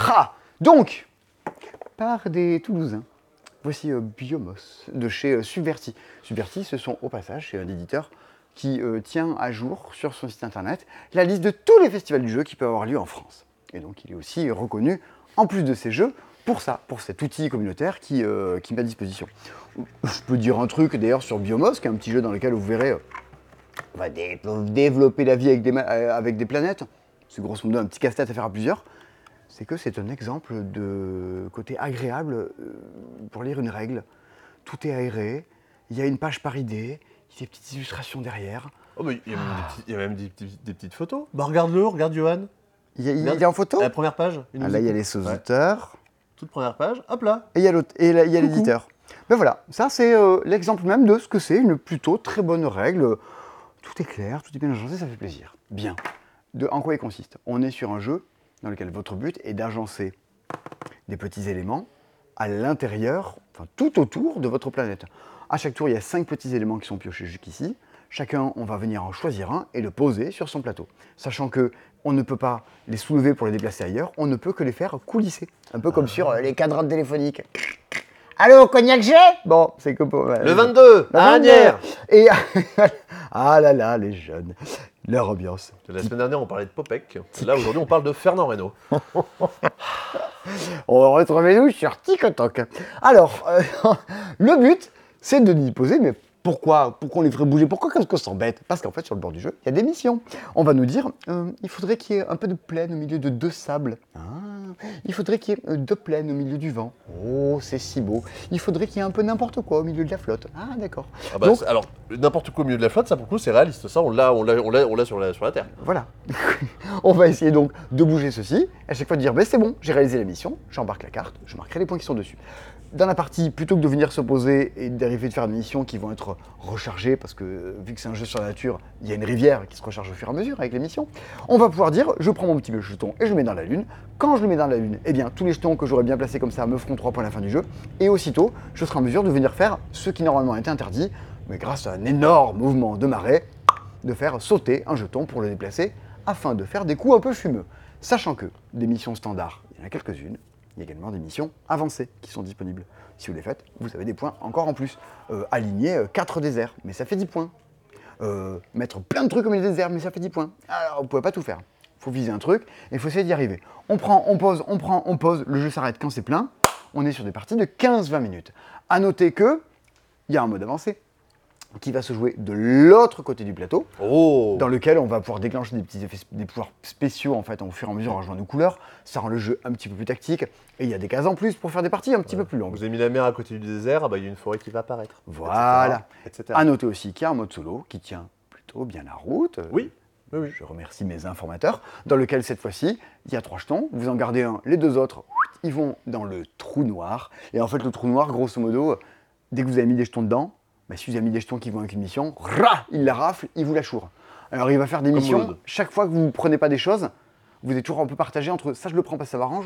Donc, par des Toulousains, voici Biomos de chez Subverti. Subverti, ce sont au passage, c'est un éditeur qui tient à jour sur son site internet la liste de tous les festivals du jeu qui peuvent avoir lieu en France. Et donc il est aussi reconnu, en plus de ces jeux, pour ça, pour cet outil communautaire qui met à disposition. Je peux dire un truc d'ailleurs sur Biomos, qui est un petit jeu dans lequel vous verrez, on va développer la vie avec des planètes. C'est grosso modo un petit casse-tête à faire à plusieurs. C'est que c'est un exemple de côté agréable pour lire une règle. Tout est aéré, il y a une page par idée, il y a des petites illustrations derrière. Oh, mais il y a même des petites photos. Bah, regarde-le, regarde Johan. Il y a en photo. La première page. Là, il y a les auteurs. Toute première page, hop là. Et il y a l'autre, et là, il y a l'éditeur. Ben voilà, ça c'est l'exemple même de ce que c'est une plutôt très bonne règle. Tout est clair, tout est bien agencé, ça fait plaisir. Bien. En quoi il consiste? On est sur un jeu dans lequel votre but est d'agencer des petits éléments à l'intérieur, enfin tout autour de votre planète. À chaque tour, il y a 5 petits éléments qui sont piochés jusqu'ici. Chacun, on va venir en choisir un et le poser sur son plateau. Sachant que on ne peut pas les soulever pour les déplacer ailleurs, on ne peut que les faire coulisser. Un peu comme sur les cadrans téléphoniques. Allô, Cognac G? Bon, c'est que pour... Le 22, à Agnières. Et ah là là, les jeunes. Leur ambiance. La semaine dernière, on parlait de Popek. Là, aujourd'hui, on parle de Fernand Reynaud. On retrouve-nous sur TikTok. Alors, le but, c'est de nous poser, mais pourquoi on les ferait bouger? Pourquoi est-ce qu'on s'embête? Parce qu'en fait, sur le bord du jeu, il y a des missions. On va nous dire, il faudrait qu'il y ait un peu de plaine au milieu de 2 sables. Ah, il faudrait qu'il y ait 2 plaines au milieu du vent. Oh, c'est si beau. Il faudrait qu'il y ait un peu n'importe quoi au milieu de la flotte. Ah, d'accord. Ah bah, Donc, alors, n'importe quoi au milieu de la flotte, ça pour le coup, c'est réaliste. Ça, on l'a sur la Terre. voilà. On va essayer donc de bouger ceci. À chaque fois de dire, c'est bon, j'ai réalisé la mission, j'embarque la carte, je marquerai les points qui sont dessus. Dans la partie, plutôt que de venir s'opposer et d'arriver de faire des missions qui vont être rechargées, parce que vu que c'est un jeu sur la nature, il y a une rivière qui se recharge au fur et à mesure avec les missions, on va pouvoir dire, je prends mon petit jeton et je le mets dans la lune. Quand je le mets dans la lune, eh bien, tous les jetons que j'aurais bien placés comme ça me feront 3 points à la fin du jeu, et aussitôt, je serai en mesure de venir faire ce qui normalement était interdit, mais grâce à un énorme mouvement de marée, de faire sauter un jeton pour le déplacer, afin de faire des coups un peu fumeux. Sachant que des missions standards, il y en a quelques-unes, il y a également des missions avancées qui sont disponibles. Si vous les faites, vous avez des points encore en plus. Aligner 4 déserts, mais ça fait 10 points. Mettre plein de trucs au milieu des déserts, mais ça fait 10 points. Alors, vous ne pouvez pas tout faire. Il faut viser un truc et il faut essayer d'y arriver. On prend, on pose, on prend, on pose, le jeu s'arrête quand c'est plein. On est sur des parties de 15-20 minutes. A noter que il y a un mode avancé qui va se jouer de l'autre côté du plateau, dans lequel on va pouvoir déclencher des petits effets, des pouvoirs spéciaux en fait, au fur et à mesure en jouant nos couleurs. Ça rend le jeu un petit peu plus tactique, et il y a des cases en plus pour faire des parties un petit peu plus longues. Vous avez mis la mer à côté du désert, il y a une forêt qui va apparaître. Voilà. Etc. À noter aussi qu'il y a un mode solo qui tient plutôt bien la route. Oui. Je remercie mes informateurs, dans lequel cette fois-ci, il y a 3 jetons, vous en gardez un, les 2 autres, ils vont dans le trou noir. Et en fait, le trou noir, grosso modo, dès que vous avez mis des jetons dedans, si vous avez mis des jetons qui vont avec une mission, il la rafle, il vous la choure. Alors il va faire des missions, chaque fois que vous ne prenez pas des choses, vous êtes toujours un peu partagé entre ça je le prends parce que ça m'arrange,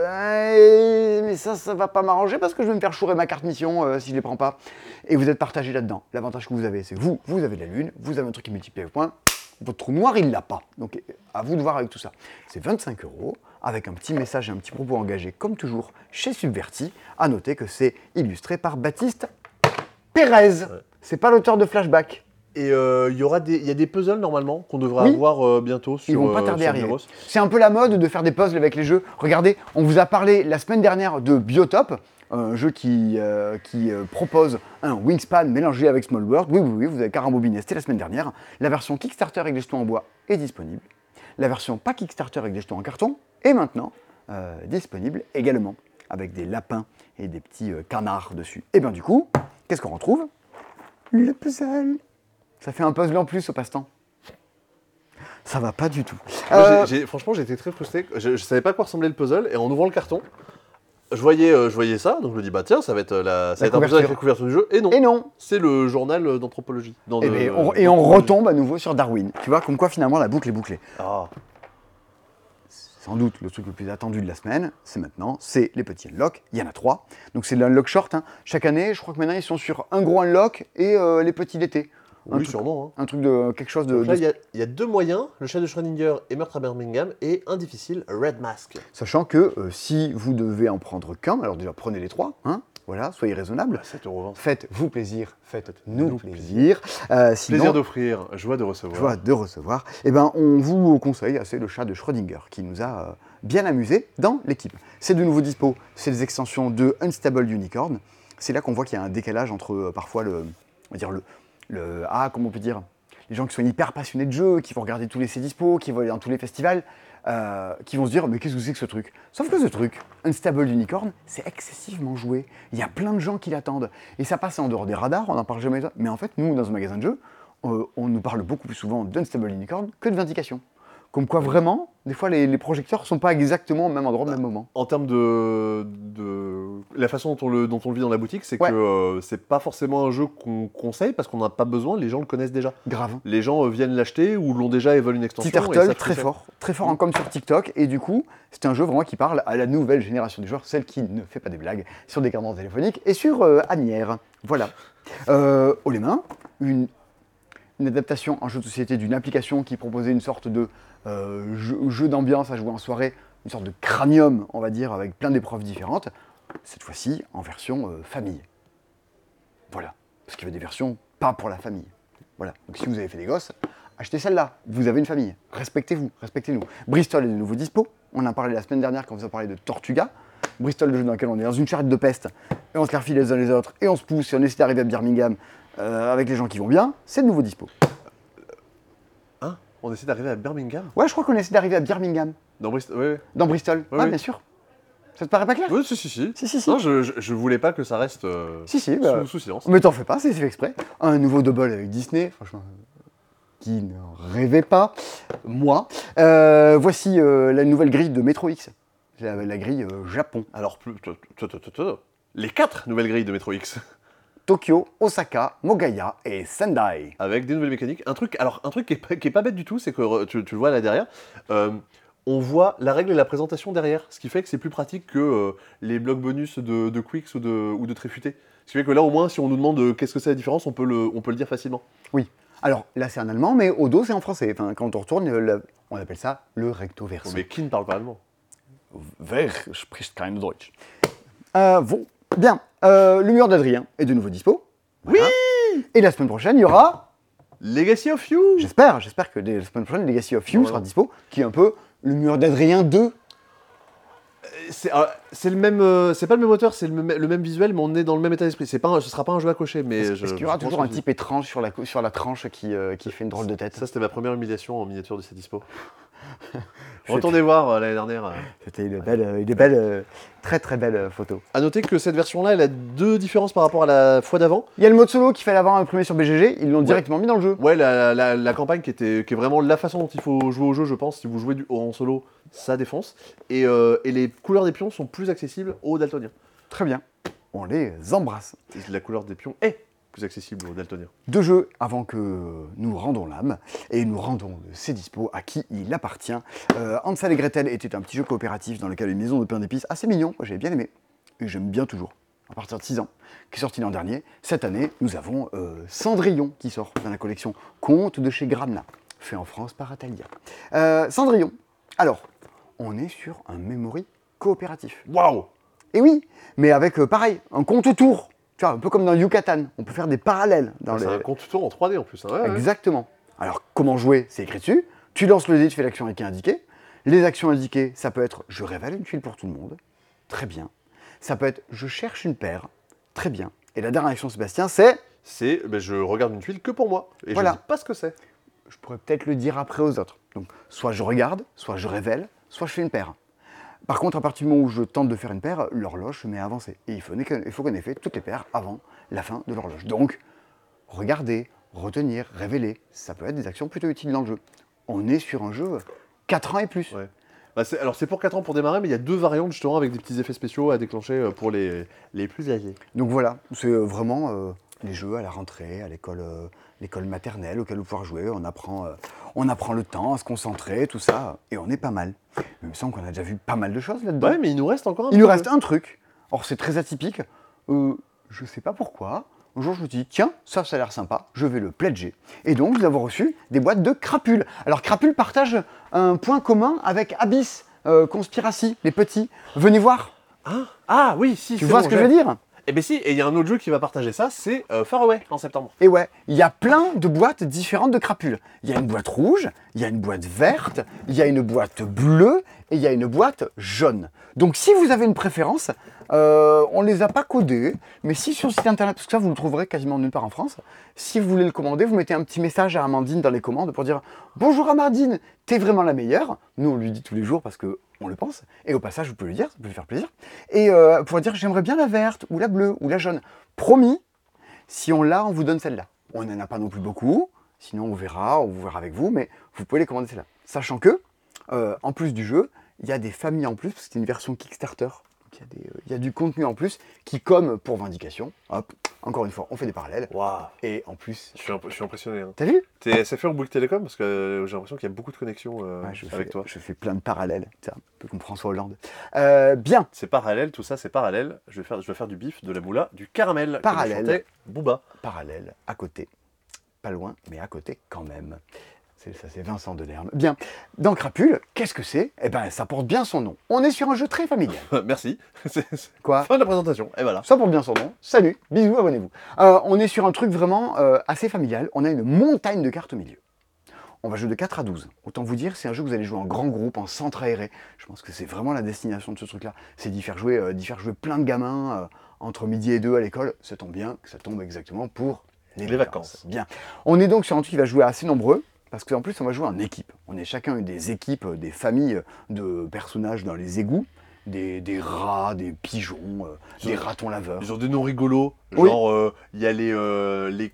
mais ça va pas m'arranger parce que je vais me faire chourer ma carte mission si je les prends pas. Et vous êtes partagé là-dedans. L'avantage que vous avez, c'est que vous avez de la lune, vous avez un truc qui multiplie les points, votre trou noir il l'a pas. Donc à vous de voir avec tout ça. C'est 25 € avec un petit message et un petit propos engagé comme toujours chez Subverti. À noter que c'est illustré par Baptiste Pérez, c'est pas l'auteur de Flashback. Et il y a des puzzles normalement qu'on devrait avoir bientôt sur. Ils vont pas tarder à arriver. Neuros. C'est un peu la mode de faire des puzzles avec les jeux. Regardez, on vous a parlé la semaine dernière de Biotop, un jeu qui propose un Wingspan mélangé avec Small World. Oui, vous avez carambobiné, c'était la semaine dernière. La version Kickstarter avec des jetons en bois est disponible. La version pas Kickstarter avec des jetons en carton est maintenant disponible également, avec des lapins et des petits canards dessus. Et bien du coup, qu'est-ce qu'on retrouve? Le puzzle. Ça fait un puzzle en plus au passe-temps. Ça va pas du tout. Franchement, j'étais très frustré. Je savais pas à quoi ressemblait le puzzle et en ouvrant le carton, je voyais ça, donc je me dis bah tiens, ça va être un puzzle avec la couverture du jeu. Et non. C'est le journal d'anthropologie. Et on retombe à nouveau sur Darwin. Tu vois, comme quoi finalement la boucle est bouclée. Ah. Sans doute le truc le plus attendu de la semaine, c'est maintenant, c'est les petits unlocks. Il y en a 3. Donc c'est l'unlock short. Chaque année, je crois que maintenant ils sont sur un gros unlock et les petits d'été. Oui, sûrement. Un truc de quelque chose de. Donc là, il y a 2 moyens, le chat de Schrödinger et Meurtre à Birmingham, et un difficile, Red Mask. Sachant que si vous devez en prendre qu'un, alors déjà prenez les 3, voilà, soyez raisonnable. 7,20 €. Faites-vous plaisir, faites-nous plaisir. Sinon, plaisir d'offrir, joie de recevoir. Joie de recevoir. Eh ben, on vous conseille assez le chat de Schrödinger qui nous a bien amusé dans l'équipe. C'est de nouveau dispo, c'est des extensions de Unstable Unicorn. C'est là qu'on voit qu'il y a un décalage entre parfois comment on peut dire, les gens qui sont hyper passionnés de jeux, qui vont regarder tous les dispo, qui vont aller dans tous les festivals, qui vont se dire mais qu'est-ce que c'est que ce truc? Sauf que ce truc, Unstable Unicorn, c'est excessivement joué. Il y a plein de gens qui l'attendent. Et ça passe en dehors des radars, on n'en parle jamais. Mais en fait, nous, dans un magasin de jeux, on nous parle beaucoup plus souvent d'Unstable Unicorn que de Vindication. Comme quoi, vraiment, des fois, les projecteurs ne sont pas exactement au même endroit, au même moment. En termes de la façon dont on le vit dans la boutique, c'est que c'est pas forcément un jeu qu'on conseille parce qu'on n'a pas besoin, les gens le connaissent déjà. Grave. Les gens viennent l'acheter ou l'ont déjà et veulent une extension. Turtle, très fort en com sur TikTok. Et du coup, c'est un jeu vraiment qui parle à la nouvelle génération des joueurs, celle qui ne fait pas des blagues sur des cartes téléphoniques et sur Anières. Voilà. Haut les mains, une adaptation en jeu de société d'une application qui proposait une sorte de jeu d'ambiance à jouer en soirée, une sorte de cranium, on va dire, avec plein d'épreuves différentes, cette fois-ci en version famille. Voilà, parce qu'il y avait des versions pas pour la famille. Voilà, donc si vous avez fait des gosses, achetez celle-là. Vous avez une famille. Respectez-vous, respectez-nous. Bristol est de nouveau dispo. On en a parlé la semaine dernière quand on vous a parlé de Tortuga. Bristol, le jeu dans lequel on est dans une charrette de peste, et on se les refile les uns les autres, et on se pousse, et on essaie d'arriver à Birmingham avec les gens qui vont bien, c'est de nouveau dispo. Hein? On essaie d'arriver à Birmingham? Ouais, je crois qu'on essaie d'arriver à Birmingham. Dans Bristol? Oui, Dans Bristol. Oui, Ah, oui. bien sûr. Ça te paraît pas clair? oui. Si, si, si. Si. Non, je voulais pas que ça reste Si, bah, sous silence. mais t'en fais pas, c'est fait exprès. Un nouveau double avec Disney, franchement, qui ne rêvait pas. Moi. Voici la nouvelle grille de Metro X. La grille Japon. Alors, les 4 nouvelles grilles de Metro X. Tokyo, Osaka, Mogaya et Sendai. Avec des nouvelles mécaniques. Un truc qui est pas bête du tout, c'est que tu le vois là derrière. On voit la règle et la présentation derrière, ce qui fait que c'est plus pratique que les blocs bonus de Quicks ou de Tréfuté. Ce qui fait que là, au moins, si on nous demande qu'est-ce que c'est la différence, on peut le dire facilement. Oui. Alors là, c'est en allemand, mais au dos, c'est en français. Enfin, quand on retourne, on appelle ça le recto verso. Mais qui ne parle pas allemand? Wer spricht kein Deutsch. Bon, bien. Le mur d'Adrien est de nouveau dispo. Voilà. Oui. Et la semaine prochaine, il y aura... Legacy of You. J'espère que la semaine prochaine, Legacy of You sera dispo, qui est un peu le mur d'Adrien 2. C'est le même, c'est pas le même auteur, c'est le même visuel, mais on est dans le même état d'esprit. Ce sera pas un jeu à cocher, mais Est-ce qu'il y aura toujours un type étrange sur la tranche qui fait une drôle de tête? Ça, c'était ma première humiliation en miniature de ces dispo. Retournez voir l'année dernière. C'était une belle, très très belle photo. A noter que cette version-là, elle a 2 différences par rapport à la fois d'avant. Il y a le mode solo qu'il fallait avoir imprimé sur BGG, ils l'ont directement mis dans le jeu. Ouais, la campagne qui est vraiment la façon dont il faut jouer au jeu, je pense. Si vous jouez en solo, ça défonce. Et les couleurs des pions sont plus accessibles aux daltoniens. Très bien, on les embrasse. Et la couleur des pions est plus accessible aux daltoniens. 2 jeux avant que nous rendons l'âme, et nous rendons ces dispos à qui il appartient. Hansel et Gretel était un petit jeu coopératif dans lequel une maison de pain d'épices assez mignon, j'avais bien aimé, et j'aime bien toujours, à partir de 6 ans, qui est sorti l'an dernier. Cette année, nous avons Cendrillon qui sort dans la collection Contes de chez Gramna, fait en France par Atalia. Cendrillon, alors, on est sur un memory coopératif. Waouh! Et oui, mais avec, pareil, un compte autour. Tu vois, un peu comme dans Yucatan, on peut faire des parallèles. C'est un compte tour en 3D en plus. Hein, ouais, Exactement. Alors, comment jouer? C'est écrit dessus. Tu lances le dé, tu fais l'action qui est indiquée. Les actions indiquées, ça peut être je révèle une tuile pour tout le monde. Très bien. Ça peut être je cherche une paire. Très bien. Et la dernière action, Sébastien, c'est je regarde une tuile que pour moi. Et voilà. je dis pas ce que c'est. Je pourrais peut-être le dire après aux autres. Donc, soit je regarde, soit je révèle, soit je fais une paire. Par contre, à partir du moment où je tente de faire une paire, l'horloge se met à avancer. Et il faut qu'on ait fait toutes les paires avant la fin de l'horloge. Donc, regarder, retenir, révéler, ça peut être des actions plutôt utiles dans le jeu. On est sur un jeu 4 ans et plus. Ouais. Alors c'est pour 4 ans pour démarrer, mais il y a 2 variantes justement avec des petits effets spéciaux à déclencher pour les plus âgés. Donc voilà, c'est vraiment les jeux à la rentrée, à l'école maternelle auquel vous pouvez jouer. On apprend le temps à se concentrer, tout ça, et on est pas mal. Il me semble qu'on a déjà vu pas mal de choses là-dedans. Ouais, mais il nous reste encore un Il nous reste un truc. Or, c'est très atypique. Je sais pas pourquoi. Un jour, je me dis, tiens, ça a l'air sympa, je vais le pledger. Et donc, nous avons reçu des boîtes de Crapule. Alors, Crapule partage un point commun avec Abyss, Conspiracy, les petits. Venez voir. Hein? Ah oui, si. Tu vois ce que je veux dire? Eh bien si, et il y a un autre jeu qui va partager ça, c'est Far Away en septembre. Et ouais, il y a plein de boîtes différentes de Crapule. Il y a une boîte rouge, il y a une boîte verte, il y a une boîte bleue et il y a une boîte jaune. Donc si vous avez une préférence, on ne les a pas codés, mais si sur le site internet, parce que ça vous le trouverez quasiment nulle part en France, si vous voulez le commander, vous mettez un petit message à Amandine dans les commandes pour dire « Bonjour Amandine, t'es vraiment la meilleure ». Nous on lui dit tous les jours parce qu'on le pense, et au passage vous pouvez le dire, ça peut lui faire plaisir. Et pour dire « J'aimerais bien la verte, ou la bleue, ou la jaune ». Promis, si on l'a, on vous donne celle-là. On n'en a pas non plus beaucoup, sinon on verra avec vous, mais vous pouvez les commander celle-là. Sachant que, en plus du jeu, il y a des familles en plus, parce que c'est une version Kickstarter. Donc il y a du contenu en plus qui, comme pour Vindication, hop, encore une fois, on fait des parallèles. Waouh. Et en plus... Je suis impressionné. Hein. T'as vu? T'es SFR ou Bouygues Télécom? Parce que j'ai l'impression qu'il y a beaucoup de connexions avec toi. Je fais plein de parallèles, un peu comme François Hollande. Bien. C'est parallèle, tout ça c'est parallèle. Je vais faire du bif, de la moula, du caramel. Parallèle. Comme chantait Booba. Parallèle, à côté. Pas loin, mais à côté quand même. C'est Vincent Delerme. Bien, dans Crapule, qu'est-ce que c'est? Eh ben, ça porte bien son nom. On est sur un jeu très familial. Merci. Quoi? Fin de la présentation, et voilà. Ça porte bien son nom. Salut, bisous, abonnez-vous. On est sur un truc vraiment assez familial. On a une montagne de cartes au milieu. on va jouer de 4 à 12. Autant vous dire, c'est un jeu que vous allez jouer en grand groupe, en centre aéré. Je pense que c'est vraiment la destination de ce truc-là. C'est d'y faire jouer plein de gamins entre midi et 2 à l'école. Ça tombe bien que ça tombe exactement pour Les vacances. Bien. On est donc sur un truc qui va jouer assez nombreux. Parce qu'en plus, on va jouer en équipe. On est chacun des équipes, des familles de personnages dans les égouts. Des rats, des pigeons, des ratons laveurs. Ils ont des noms rigolos. Oui. Genre, il y a les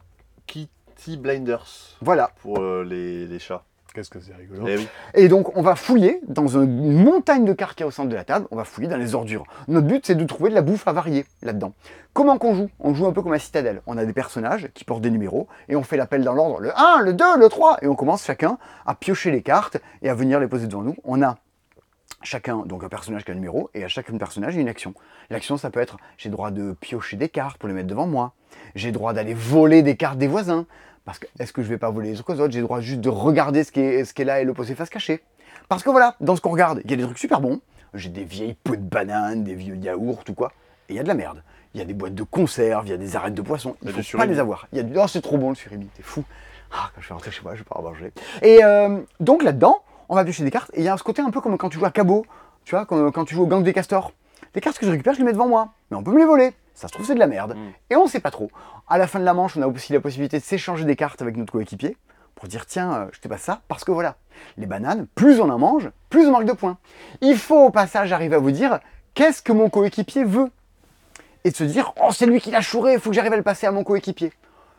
Kitty Blinders Voilà. pour les chats. Qu'est-ce que c'est rigolo. Eh oui. Et donc, on va fouiller dans une montagne de cartes qui est au centre de la table. On va fouiller dans les ordures. Notre but, c'est de trouver de la bouffe à varier là-dedans. Comment qu'on joue? On joue un peu comme à Citadelle. On a des personnages qui portent des numéros et on fait l'appel dans l'ordre, le 1, le 2, le 3. Et on commence chacun à piocher les cartes et à venir les poser devant nous. On a chacun, donc un personnage qui a un numéro, et à chacun personnage, il y a une action. L'action, ça peut être, j'ai le droit de piocher des cartes pour les mettre devant moi. J'ai le droit d'aller voler des cartes des voisins. Parce que, est-ce que je vais pas voler les trucs aux autres? J'ai le droit juste de regarder ce qui est là et le poser face cachée. Parce que voilà, dans ce qu'on regarde, il y a des trucs super bons. J'ai des vieilles pots de bananes, des vieux yaourts ou quoi. Et il y a de la merde. Il y a des boîtes de conserve, il y a des arêtes de poissons. Il ne faut pas les avoir. Il y a du... Oh, c'est trop bon le surimi, t'es fou. Ah, quand je vais rentrer chez moi, je vais pas en manger. Et donc là-dedans, on va piocher des cartes. Et il y a ce côté un peu comme quand tu joues à Cabot. Tu vois, comme quand tu joues au Gang des Castors. Les cartes que je récupère, je les mets devant moi. Mais on peut me les voler. Ça se trouve, c'est de la merde. Et on ne sait pas trop. À la fin de la manche, on a aussi la possibilité de s'échanger des cartes avec notre coéquipier pour dire tiens, je te passe ça. Parce que voilà, les bananes, plus on en mange, plus on marque de points. Il faut au passage arriver à vous dire qu'est-ce que mon coéquipier veut. Et de se dire oh, c'est lui qui l'a chouré, il faut que j'arrive à le passer à mon coéquipier.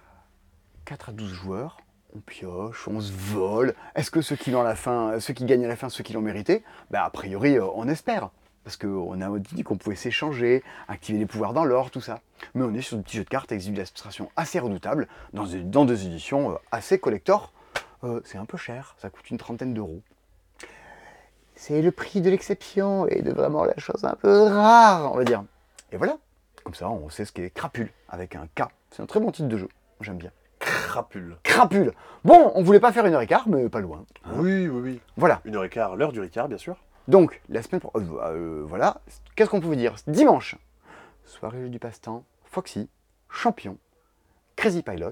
4 à 12 joueurs. On pioche, on se vole. Est-ce que ceux qui gagnent à la fin, ceux qui l'ont mérité? A priori, on espère. Parce qu'on a dit qu'on pouvait s'échanger, activer les pouvoirs dans l'or, tout ça. Mais on est sur des petits jeux de cartes avec des illustrations assez redoutables, dans des éditions assez collector. C'est un peu cher, ça coûte une 30aine d'euros. C'est le prix de l'exception et de vraiment la chose un peu rare, on va dire. Et voilà, comme ça on sait ce qu'est Crapule, avec un K. C'est un très bon titre de jeu, j'aime bien. Crapule. Crapule. Bon, on voulait pas faire 1h15, mais pas loin. Hein. Oui. Voilà. 1h15, l'heure du Ricard, bien sûr. Donc, la semaine voilà. Qu'est-ce qu'on peut vous dire? Dimanche, soirée jeu du passe-temps, Foxy, Champion, Crazy Pilot,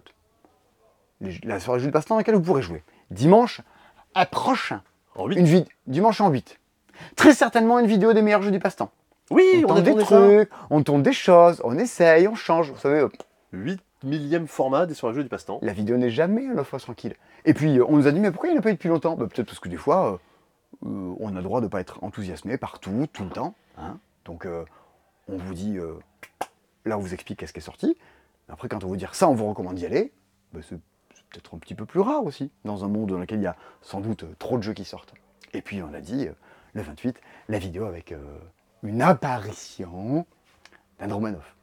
la soirée jeu du passe-temps dans laquelle vous pourrez jouer. Dimanche prochain. En 8. Dimanche en 8. Très certainement une vidéo des meilleurs jeux du passe-temps. Oui, on tente des trucs, on tourne des choses, on essaye, on change. Vous savez, 8 millième format des soirées jeux du passe-temps. La vidéo n'est jamais à la fois tranquille. Et puis, on nous a dit, mais pourquoi il n'y en a pas eu depuis longtemps? Peut-être parce que des fois, on a le droit de ne pas être enthousiasmé partout, tout le temps. Hein. Donc, on vous dit, là, on vous explique qu'est-ce qui est sorti. Après, quand on vous dit ça, on vous recommande d'y aller. C'est peut-être un petit peu plus rare aussi, dans un monde dans lequel il y a sans doute trop de jeux qui sortent. Et puis, on a dit, le 28, la vidéo avec une apparition d'Andromanov.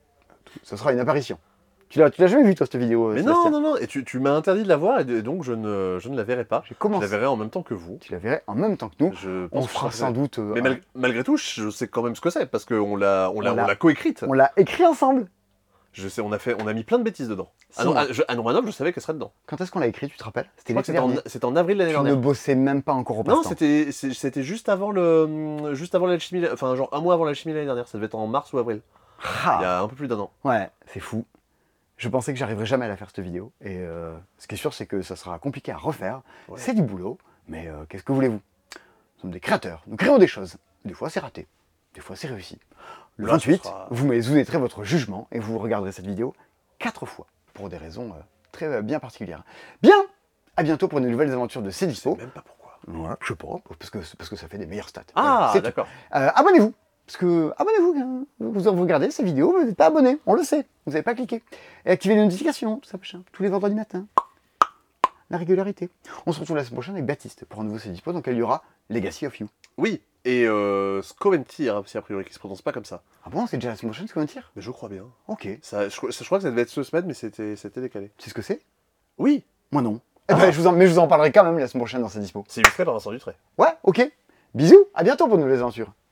Ce sera une apparition. Tu l'as jamais vu, toi, cette vidéo? Mais non, et tu m'as interdit de la voir, et donc je ne la verrai pas. Je la verrai en même temps que vous. Tu la verrais en même temps que nous. On fera sans doute... Mais malgré tout, je sais quand même ce que c'est, parce qu'on l'a coécrite. On l'a écrit ensemble. Je sais, on a mis plein de bêtises dedans. Andromanov, je savais qu'elle serait dedans. Quand est-ce qu'on l'a écrit, tu te rappelles? C'était en avril l'année dernière. Tu ne bossais même pas encore au passe-temps. Non, c'était juste avant l'alchimie, enfin genre un mois avant l'alchimie l'année dernière. Ça devait être en mars ou avril. Il y a un peu plus d'un an. Ouais, c'est fou. Je pensais que j'arriverais jamais à la faire cette vidéo. Et ce qui est sûr, c'est que ça sera compliqué à refaire. Ouais. C'est du boulot, mais qu'est-ce que voulez-vous? Nous sommes des créateurs, nous créons des choses. Des fois, c'est raté. Des fois, c'est réussi. Le 28, vous mettrez votre jugement et vous regarderez cette vidéo 4 fois. Pour des raisons très bien particulières. Bien, à bientôt pour de nouvelles aventures de C'est Dispo. Je sais même pas pourquoi. Ouais, je sais pas, parce que ça fait des meilleures stats. Ah, voilà, d'accord. Abonnez-vous. Parce que, abonnez-vous, hein. Vous regardez ces vidéos, vous n'êtes pas abonné, on le sait, vous n'avez pas cliqué. Et activez les notifications, tout ça, machin, tous les vendredis matin. La régularité. On se retrouve la semaine prochaine avec Baptiste pour un nouveau C'est Dispo dans lequel il y aura Legacy of You. Oui, et Scoventir, si a priori, qui se prononce pas comme ça. Ah bon, c'est déjà la semaine prochaine, Scoventir? Mais je crois bien. Ok. Je crois que ça devait être ce semaine, mais c'était décalé. Tu sais ce que c'est? Oui. Moi non. Mais je vous en parlerai quand même la semaine prochaine dans C'est Dispo. C'est illustré par Vincent Dutray. Ouais, ok. Bisous, à bientôt pour de nouvelles aventures.